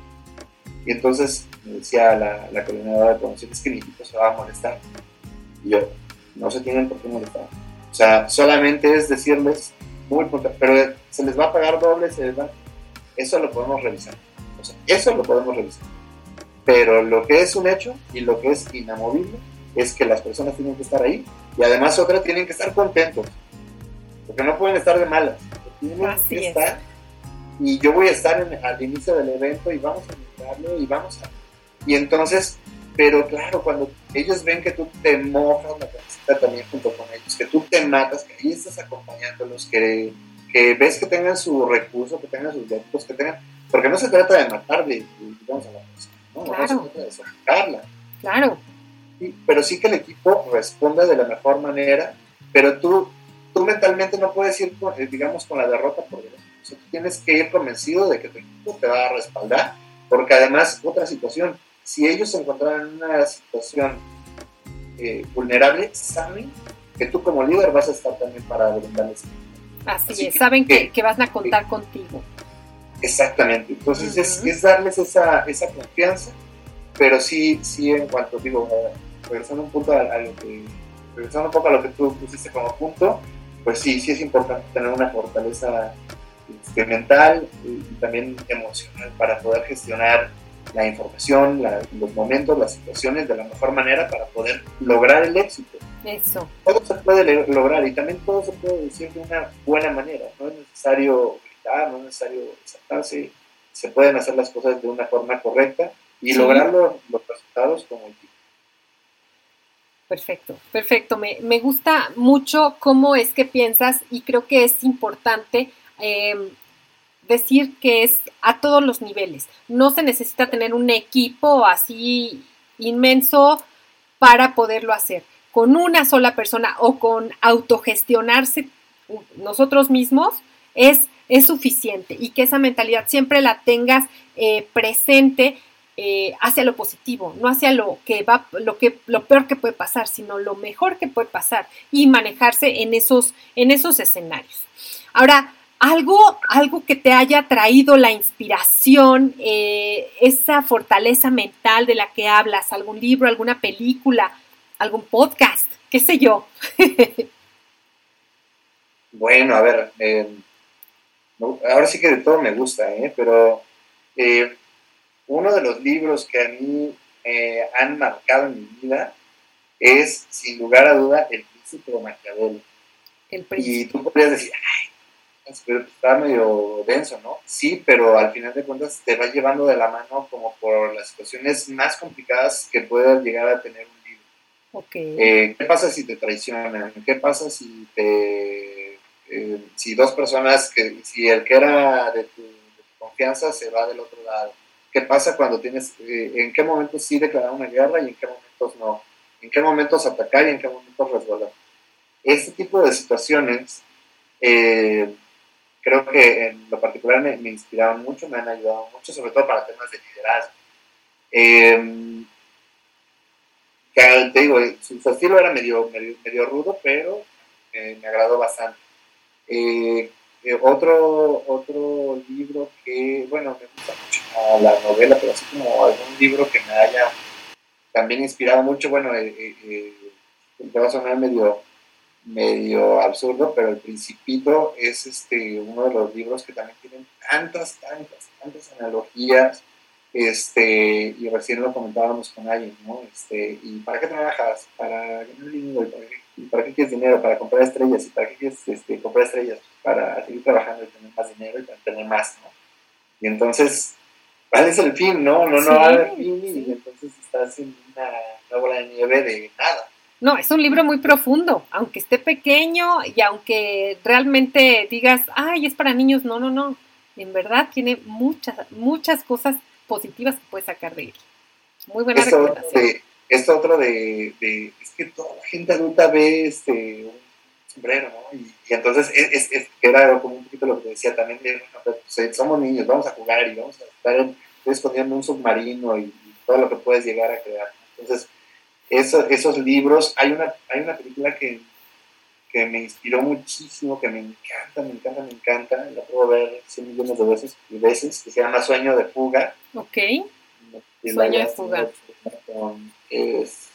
Speaker 2: y entonces me decía la, la coordinadora de promoción, es que mi equipo se va a molestar, y yo, no se tienen por qué molestar, o sea, solamente es decirles, muy importante, pero se les va a pagar doble, se les va, eso lo podemos revisar, o sea, eso lo podemos revisar, pero lo que es un hecho y lo que es inamovible es que las personas tienen que estar ahí, y además otras tienen que estar contentos, porque no pueden estar de malas, tienen
Speaker 1: Así
Speaker 2: que
Speaker 1: es.
Speaker 2: estar, y yo voy a estar en, al inicio del evento y vamos a invitarlo y vamos a, y entonces, pero claro, cuando ellos ven que tú te mojas la camiseta también junto con ellos, que tú te matas, que ahí estás acompañándolos, que, que ves que tengan su recurso, que tengan sus derechos, que tengan, porque no se trata de matar, de, de, digamos, a la persona, ¿no?
Speaker 1: Claro.
Speaker 2: No se trata de sofocarla.
Speaker 1: Claro.
Speaker 2: Sí, pero sí que el equipo responda de la mejor manera, pero tú, tú mentalmente no puedes ir, con, digamos, con la derrota por delante. O sea, tú tienes que ir convencido de que tu equipo te va a respaldar, porque además, otra situación, si ellos se encontraran en una situación eh, vulnerable, saben que tú como líder vas a estar también para brindarles.
Speaker 1: Así, Así es,
Speaker 2: que,
Speaker 1: saben que,
Speaker 2: que,
Speaker 1: que van a contar
Speaker 2: que,
Speaker 1: contigo.
Speaker 2: Exactamente, entonces uh-huh. es, es darles esa, esa confianza, pero sí, sí en cuanto, digo, regresando un punto a, a lo que, regresando un poco a lo que tú pusiste como punto, pues sí, sí es importante tener una fortaleza este, mental y, y también emocional para poder gestionar la información, la, los momentos, las situaciones de la mejor manera para poder lograr el éxito.
Speaker 1: Eso.
Speaker 2: Todo se puede le- lograr y también todo se puede decir de una buena manera. No es necesario gritar, no es necesario exaltarse. Se pueden hacer las cosas de una forma correcta y sí. lograr los, los resultados como equipo.
Speaker 1: Perfecto, perfecto. Me, me gusta mucho cómo es que piensas y creo que es importante eh, decir que es a todos los niveles. No se necesita tener un equipo así inmenso para poderlo hacer. Con una sola persona o con autogestionarse nosotros mismos es, es suficiente y que esa mentalidad siempre la tengas eh, presente eh, hacia lo positivo, no hacia lo que va, lo que, lo peor que puede pasar, sino lo mejor que puede pasar y manejarse en esos, en esos escenarios. Ahora, algo, algo que te haya traído la inspiración, eh, esa fortaleza mental de la que hablas, algún libro, alguna película, algún podcast, qué sé yo.
Speaker 2: Bueno, a ver, eh, ahora sí que de todo me gusta, ¿eh? Pero eh, uno de los libros que a mí eh, han marcado en mi vida es, sin lugar a duda, El Príncipe de Maquiavelo.
Speaker 1: El Príncipe.
Speaker 2: Y tú podrías decir, ay, pero está medio denso, ¿no? Sí, pero al final de cuentas te va llevando de la mano como por las situaciones más complicadas que puedas llegar a tener un libro.
Speaker 1: Okay.
Speaker 2: Eh, ¿Qué pasa si te traicionan? ¿Qué pasa si te eh, si dos personas, que si el que era de tu, de tu confianza se va del otro lado? ¿Qué pasa cuando tienes, eh, en qué momentos sí declarar una guerra y en qué momentos no? ¿En qué momentos atacar y en qué momentos resguardar? Este tipo de situaciones eh, creo que en lo particular me, me inspiraron mucho, me han ayudado mucho, sobre todo para temas de liderazgo. Eh, que te digo, su, su estilo era medio, medio, medio rudo, pero eh, me agradó bastante. Eh, eh, otro, otro libro que, bueno, me gusta mucho uh, la novela, pero así como algún libro que me haya también inspirado mucho, bueno, eh, eh, te va a sonar medio medio absurdo, pero El Principito es este uno de los libros que también tienen tantas, tantas, tantas analogías, este, y recién lo comentábamos con alguien, ¿no? Este, ¿y para qué trabajas? Para ganar dinero, ¿y para qué, y para qué quieres dinero? Para comprar estrellas, ¿y para qué quieres este, comprar estrellas? Para seguir trabajando y tener más dinero y para tener más, ¿no? Y entonces, ¿cuál es el fin, no? No, no
Speaker 1: sí,
Speaker 2: va a haber fin,
Speaker 1: sí.
Speaker 2: Y entonces estás en una, una bola de nieve de nada.
Speaker 1: No, es un libro muy profundo, aunque esté pequeño y aunque realmente digas, ay, es para niños, no, no, no. En verdad tiene muchas, muchas cosas positivas que puedes sacar de él. Muy buena
Speaker 2: esto
Speaker 1: recomendación.
Speaker 2: De, esto otro de, de, es que toda la gente adulta ve este, sombrero, ¿no? Y, y entonces es, es, es, era como un poquito lo que decía también, de, bueno, pues, somos niños, vamos a jugar y vamos a estar en, escondiendo un submarino y, y todo lo que puedes llegar a crear. Entonces, eso, esos libros, hay una, hay una película que, que me inspiró muchísimo, que me encanta, me encanta, me encanta, la puedo ver cien millones de veces, y veces, que se llama Sueño de Fuga.
Speaker 1: Ok, Sueño de Fuga.
Speaker 2: Con, es,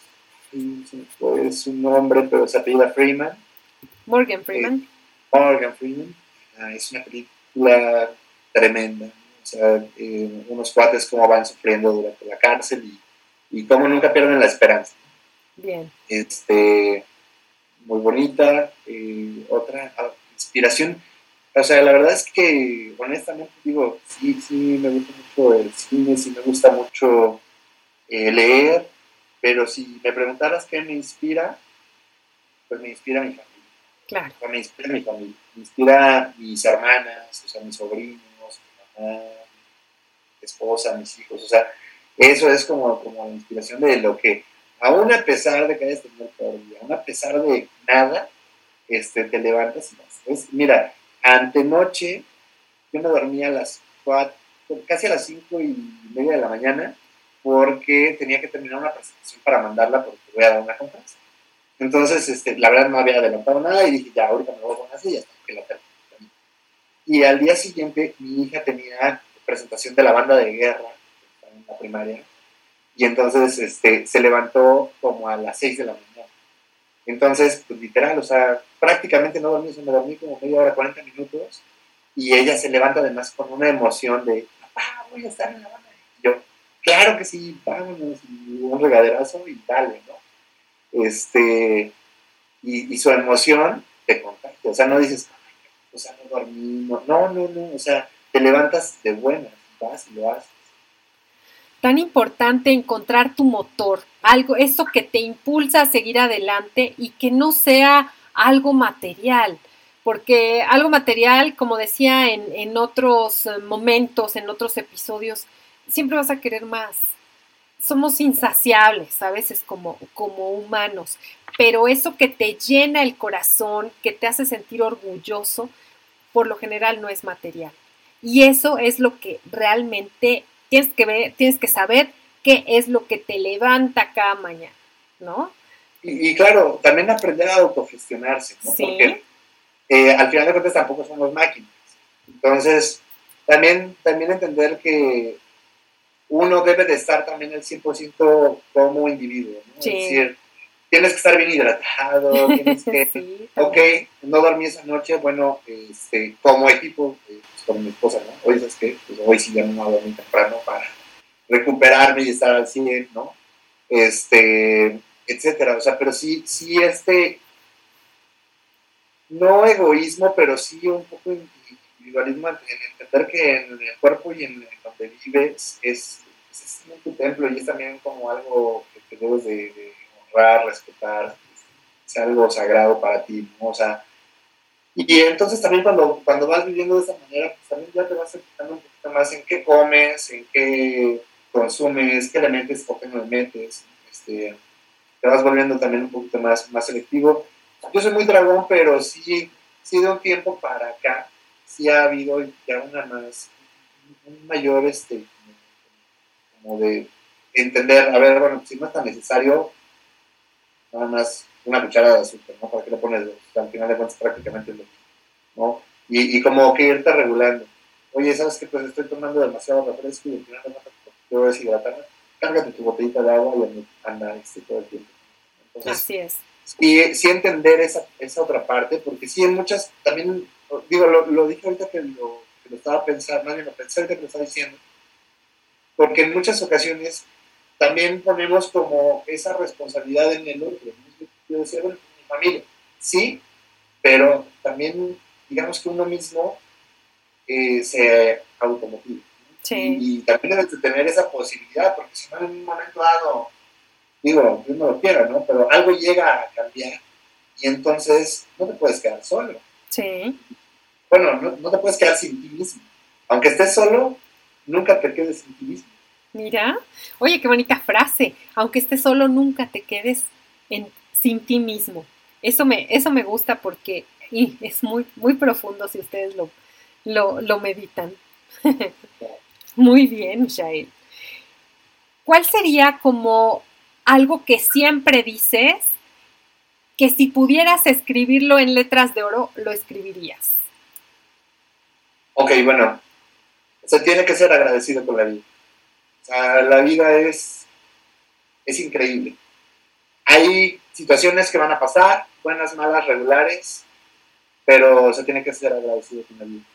Speaker 2: es un nombre, pero se apellida Freeman.
Speaker 1: Morgan Freeman.
Speaker 2: Eh, Morgan Freeman. Ah, es una película tremenda, ¿no? O sea, eh, unos cuates cómo van sufriendo durante la cárcel y, y cómo nunca pierden la esperanza.
Speaker 1: Bien.
Speaker 2: Este, muy bonita. Eh, otra ah, inspiración. O sea, la verdad es que, honestamente, digo, sí, sí me gusta mucho el cine, sí me gusta mucho eh, leer, pero si me preguntaras qué me inspira, pues me inspira mi familia.
Speaker 1: Claro.
Speaker 2: O sea, me inspira mi familia, me inspira mis hermanas, o sea, mis sobrinos, mi mamá, mi esposa, mis hijos, o sea, eso es como, como la inspiración de lo que, aún a pesar de que hayas tenido el peor día, aún a pesar de nada, este, te levantas y vas. Es, mira, antenoche yo me dormía a las cuatro, casi a las cinco y media de la mañana, porque tenía que terminar una presentación para mandarla porque voy a dar una conferencia. Entonces, este, la verdad no había adelantado nada y dije, ya, ahorita me voy a poner así y ya está, que la termine. Y al día siguiente, mi hija tenía presentación de la banda de guerra en la primaria, y entonces este, se levantó como a las seis de la mañana. Entonces, pues literal, o sea, prácticamente no dormí, me dormí como media hora, cuarenta minutos, y ella se levanta además con una emoción de, papá, voy a estar en la banda. Y yo, claro que sí, vámonos, y un regaderazo y dale, ¿no? Este, y, y su emoción te contagia, o sea, no dices, o sea, no dormí, no, no, no, no, o sea, te levantas de buenas, vas y lo haces.
Speaker 1: Tan importante encontrar tu motor, algo, eso que te impulsa a seguir adelante y que no sea algo material, porque algo material, como decía en, en otros momentos, en otros episodios, siempre vas a querer más. Somos insaciables a veces como, como humanos, pero eso que te llena el corazón, que te hace sentir orgulloso, por lo general no es material. Y eso es lo que realmente tienes que ver, tienes que saber qué es lo que te levanta cada mañana, ¿no?
Speaker 2: Y, y claro, también aprender a autogestionarse, ¿no?
Speaker 1: Sí.
Speaker 2: Porque eh, al final de cuentas tampoco somos máquinas. Entonces, también, también entender que uno debe de estar también al cien por ciento como individuo, ¿no?
Speaker 1: Sí.
Speaker 2: Es decir, tienes que estar bien hidratado, tienes que,
Speaker 1: sí,
Speaker 2: ok, no dormí esa noche, bueno, este, como equipo, eh, pues, con mi esposa, ¿no? Hoy, ¿sabes qué? Pues hoy sí ya no dormí temprano para recuperarme y estar al cien, ¿no? Este, etcétera, o sea, pero sí, sí, este, no egoísmo, pero sí un poco individualismo en entender que en el cuerpo y en donde vives es, es tu templo y es también como algo que te debes de, de honrar, respetar, es algo sagrado para ti, ¿no? O sea, y entonces también cuando, cuando vas viviendo de esa manera, pues también ya te vas enfocando un poquito más en qué comes, en qué consumes, qué le metes o qué no le metes, este, te vas volviendo también un poquito más, más selectivo. Yo soy muy dragón, pero sí, sí de un tiempo para acá, sí ha habido ya una más, un mayor, este, como de entender, a ver, bueno, si no es tan necesario, nada más una cucharada de azúcar, ¿no? ¿Para qué le pones dos? O sea, al final de cuentas prácticamente es lo mismo, ¿no? Y, y como que irte regulando. Oye, ¿sabes qué? Pues estoy tomando demasiado refresco y al final de cuentas quiero deshidratarme. Cárgate tu botellita de agua y anda este, todo el tiempo. Entonces,
Speaker 1: así es.
Speaker 2: Y sí entender esa, esa otra parte, porque sí en muchas, también, digo, lo, lo dije ahorita que lo, que lo estaba pensando, más bien lo pensé ahorita que lo estaba diciendo, porque en muchas ocasiones también ponemos como esa responsabilidad en el otro, ¿no? Yo decía, bueno, mi familia, sí, pero también digamos que uno mismo eh, se automotiva, ¿no?
Speaker 1: Sí.
Speaker 2: Y, y también debes de tener esa posibilidad, porque si no en un momento dado, digo, Dios no lo quiera, ¿no? Pero algo llega a cambiar y entonces no te puedes quedar solo.
Speaker 1: Sí.
Speaker 2: Bueno, no, no te puedes quedar sin ti mismo. Aunque estés solo, nunca te quedes sin ti mismo.
Speaker 1: Mira, oye, qué bonita frase. Aunque estés solo, nunca te quedes en, sin ti mismo. Eso me, eso me gusta porque y es muy, muy profundo si ustedes lo, lo, lo meditan. Muy bien, Michael. ¿Cuál sería como algo que siempre dices que si pudieras escribirlo en letras de oro, lo escribirías?
Speaker 2: Ok, bueno, o sea, tiene que ser agradecido con la vida. O sea, la vida es, es increíble. Hay situaciones que van a pasar, buenas, malas, regulares, pero se tiene que ser agradecido con la vida.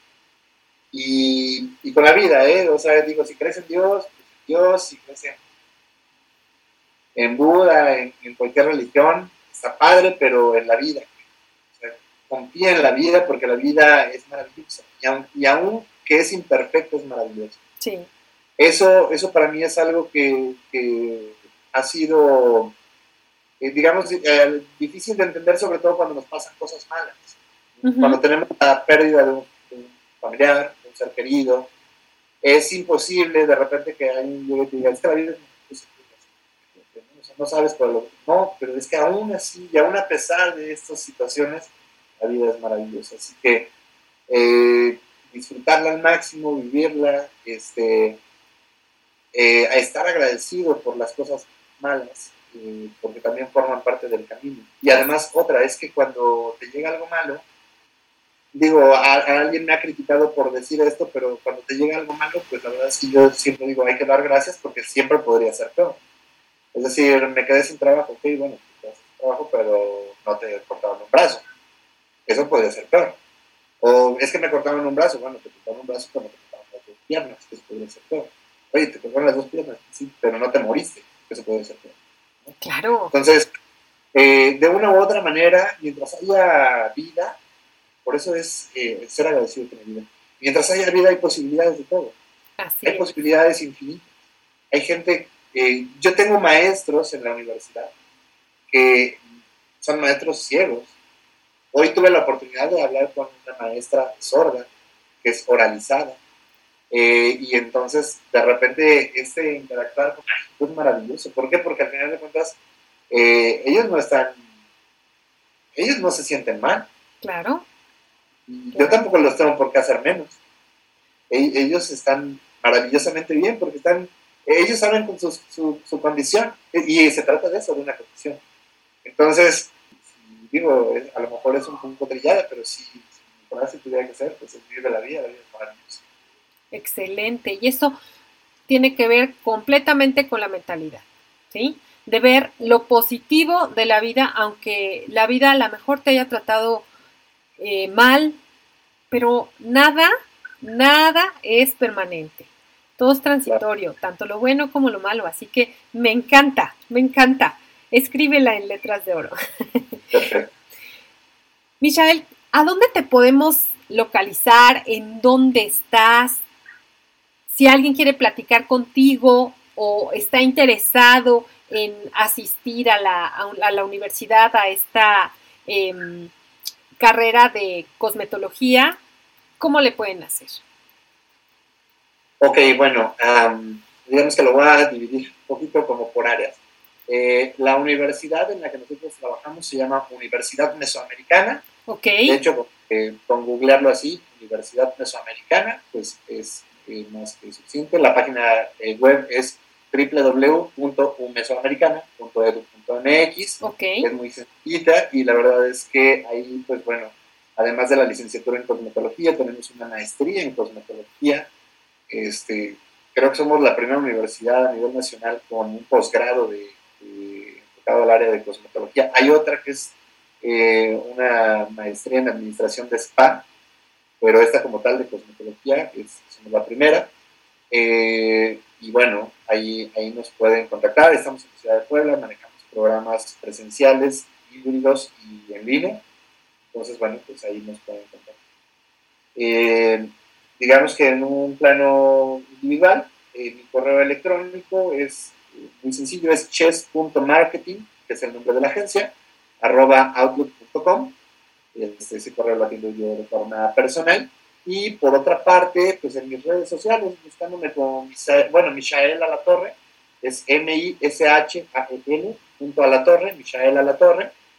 Speaker 2: Y, y con la vida, ¿eh? O sea, digo, si crees en Dios, pues en Dios, si crees en, en Buda, en, en cualquier religión, está padre, pero en la vida. O sea, confía en la vida porque la vida es maravillosa. Y aun, y aun que es imperfecto, es maravilloso.
Speaker 1: Sí.
Speaker 2: Eso, eso para mí es algo que, que ha sido, eh, digamos, eh, difícil de entender, sobre todo cuando nos pasan cosas malas. Uh-huh. Cuando tenemos la pérdida de un, de un familiar, de un ser querido, es imposible de repente que alguien llegue y te diga, es que la vida es no, no sabes, pero no, pero es que aún así, y aún a pesar de estas situaciones, la vida es maravillosa. Así que eh, disfrutarla al máximo, vivirla, este, eh, a estar agradecido por las cosas malas, eh, porque también forman parte del camino. Y además, otra, es que cuando te llega algo malo, digo, a, a alguien me ha criticado por decir esto, pero cuando te llega algo malo, pues la verdad es que yo siempre digo, hay que dar gracias porque siempre podría ser peor. Es decir, me quedé sin trabajo, ok, bueno, te quedas sin trabajo, pero no te cortaron un brazo. Eso podría ser peor. O es que me cortaron un brazo, bueno, te cortaron un brazo, pero no te cortaron las dos piernas, eso podría ser peor. Oye, te cortaron las dos piernas, sí, pero no te moriste, eso podría ser peor, ¿no?
Speaker 1: Claro.
Speaker 2: Entonces, eh, de una u otra manera, mientras haya vida, por eso es eh, ser agradecido con la vida. Mientras haya vida hay posibilidades de todo.
Speaker 1: Así
Speaker 2: hay
Speaker 1: es.
Speaker 2: posibilidades infinitas. Hay gente, eh, yo tengo maestros en la universidad que son maestros ciegos. Hoy tuve la oportunidad de hablar con una maestra sorda, que es oralizada, eh, y entonces de repente este interactuar con ellos es maravilloso. ¿Por qué? Porque al final de cuentas eh, ellos no están, ellos no se sienten mal.
Speaker 1: Claro.
Speaker 2: Y
Speaker 1: claro.
Speaker 2: Yo tampoco los tengo por qué hacer menos. E- ellos están maravillosamente bien porque están, ellos saben con su, su, su condición, y se trata de eso, de una condición. Entonces, digo, a lo mejor es un poco trillada, pero si, si por así tuviera que ser, pues es vivir de la vida, la vida es maravillosa.
Speaker 1: Excelente, y eso tiene que ver completamente con la mentalidad, ¿sí? De ver lo positivo de la vida, aunque la vida a lo mejor te haya tratado eh, mal, pero nada, nada es permanente. Todo es transitorio, claro. Tanto lo bueno como lo malo, así que me encanta, me encanta. Escríbela en letras de oro.
Speaker 2: Perfecto.
Speaker 1: Michael, ¿a dónde te podemos localizar? ¿En dónde estás? Si alguien quiere platicar contigo o está interesado en asistir a la, a la universidad, a esta eh, carrera de cosmetología, ¿cómo le pueden hacer?
Speaker 2: Ok, bueno, um, digamos que lo voy a dividir un poquito como por áreas. Eh, la universidad en la que nosotros trabajamos se llama Universidad Mesoamericana.
Speaker 1: Okay.
Speaker 2: De hecho, eh, con googlearlo así, Universidad Mesoamericana, pues es eh, más que suficiente. La página eh, web es doble u doble u doble u punto u mesoamericana punto edu punto eme equis.
Speaker 1: Okay.
Speaker 2: Es muy sencillita y la verdad es que ahí, pues bueno, además de la licenciatura en cosmetología, tenemos una maestría en cosmetología. Este, creo que somos la primera universidad a nivel nacional con un posgrado de, de, enfocado al área de cosmetología. Hay otra que es eh, una maestría en administración de spa, pero esta como tal de cosmetología es, somos la primera. Eh, y bueno, ahí, ahí nos pueden contactar. Estamos en la ciudad de Puebla, manejamos programas presenciales, híbridos y en línea. Entonces, bueno, pues ahí nos pueden contactar. Eh, digamos que en un plano individual, eh, mi correo electrónico es eh, muy sencillo, es chess punto marketing, que es el nombre de la agencia, arroba outlook punto com. Este, ese correo lo atiendo yo de forma personal. Y por otra parte, pues en mis redes sociales, buscándome como, Misael, bueno, Michael Alatorre, es M I S H A E L punto Alatorre, Michael Alatorre.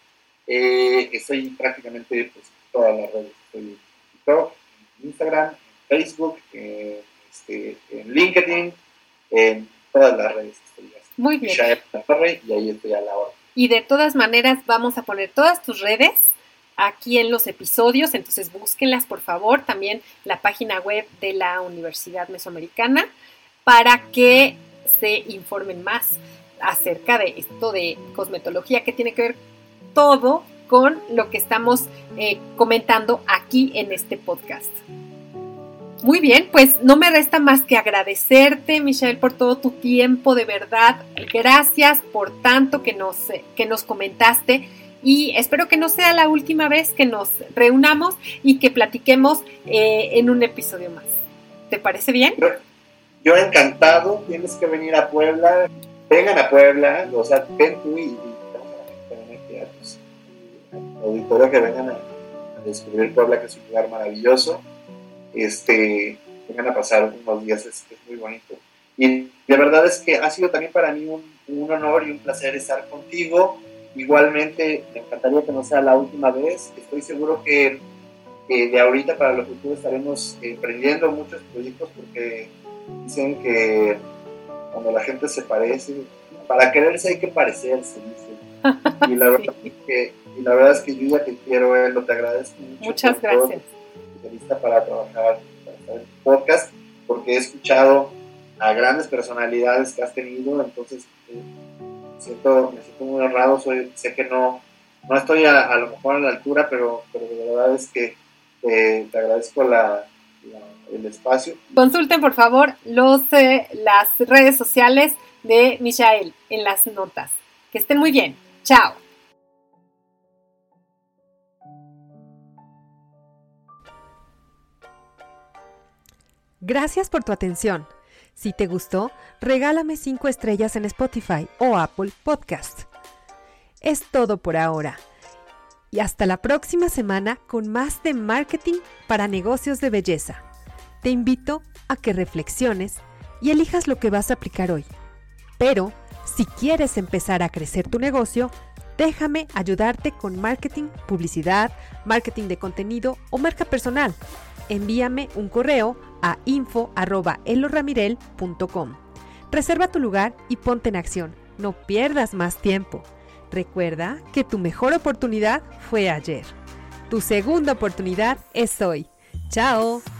Speaker 2: Eh, estoy prácticamente pues, en todas las redes. Estoy en TikTok, en Instagram, en Facebook, en, este, en LinkedIn, en todas las redes. Estoy así.
Speaker 1: Muy bien.
Speaker 2: Mishael La Torre, y ahí estoy a la hora.
Speaker 1: Y de todas maneras vamos a poner todas tus redes aquí en los episodios, entonces búsquenlas por favor, también la página web de la Universidad Mesoamericana para que se informen más acerca de esto de cosmetología que tiene que ver todo con lo que estamos eh, comentando aquí en este podcast. Muy bien, pues no me resta más que agradecerte, Mishael, por todo tu tiempo, de verdad. Gracias por tanto que nos, que nos comentaste y espero que no sea la última vez que nos reunamos y que platiquemos eh, en un episodio más. ¿Te parece bien?
Speaker 2: Yo, yo encantado, tienes que venir a Puebla, vengan a Puebla, o sea, ven tú y invitamos a la gente a pues, auditorio que vengan a, a descubrir Puebla, que es un lugar maravilloso. Este, vengan a pasar unos días, es, es muy bonito. Y de verdad es que ha sido también para mí un, un honor y un placer estar contigo. Igualmente, me encantaría que no sea la última vez. Estoy seguro que, que de ahorita para lo futuro estaremos emprendiendo muchos proyectos porque dicen que cuando la gente se parece, para quererse hay que parecerse, dice. Y la verdad, sí. es, que, y la verdad es que yo ya te quiero, eh, lo te agradezco mucho.
Speaker 1: Muchas gracias.
Speaker 2: Lista para trabajar para estar en tu podcast, porque he escuchado a grandes personalidades que has tenido, entonces eh, siento, me siento muy honrado. Soy, sé que no, no estoy a, a lo mejor a la altura, pero, pero de verdad es que eh, te agradezco la, la, el espacio.
Speaker 1: Consulten por favor los, eh, las redes sociales de Mishael en las notas. Que estén muy bien. Chao. Gracias por tu atención. Si te gustó, regálame cinco estrellas en Spotify o Apple Podcast. Es todo por ahora. Y hasta la próxima semana con más de marketing para negocios de belleza. Te invito a que reflexiones y elijas lo que vas a aplicar hoy. Pero, si quieres empezar a crecer tu negocio, déjame ayudarte con marketing, publicidad, marketing de contenido o marca personal. Envíame un correo a info arroba eloramirel punto com. Reserva tu lugar y ponte en acción. No pierdas más tiempo. Recuerda que tu mejor oportunidad fue ayer. Tu segunda oportunidad es hoy. ¡Chao!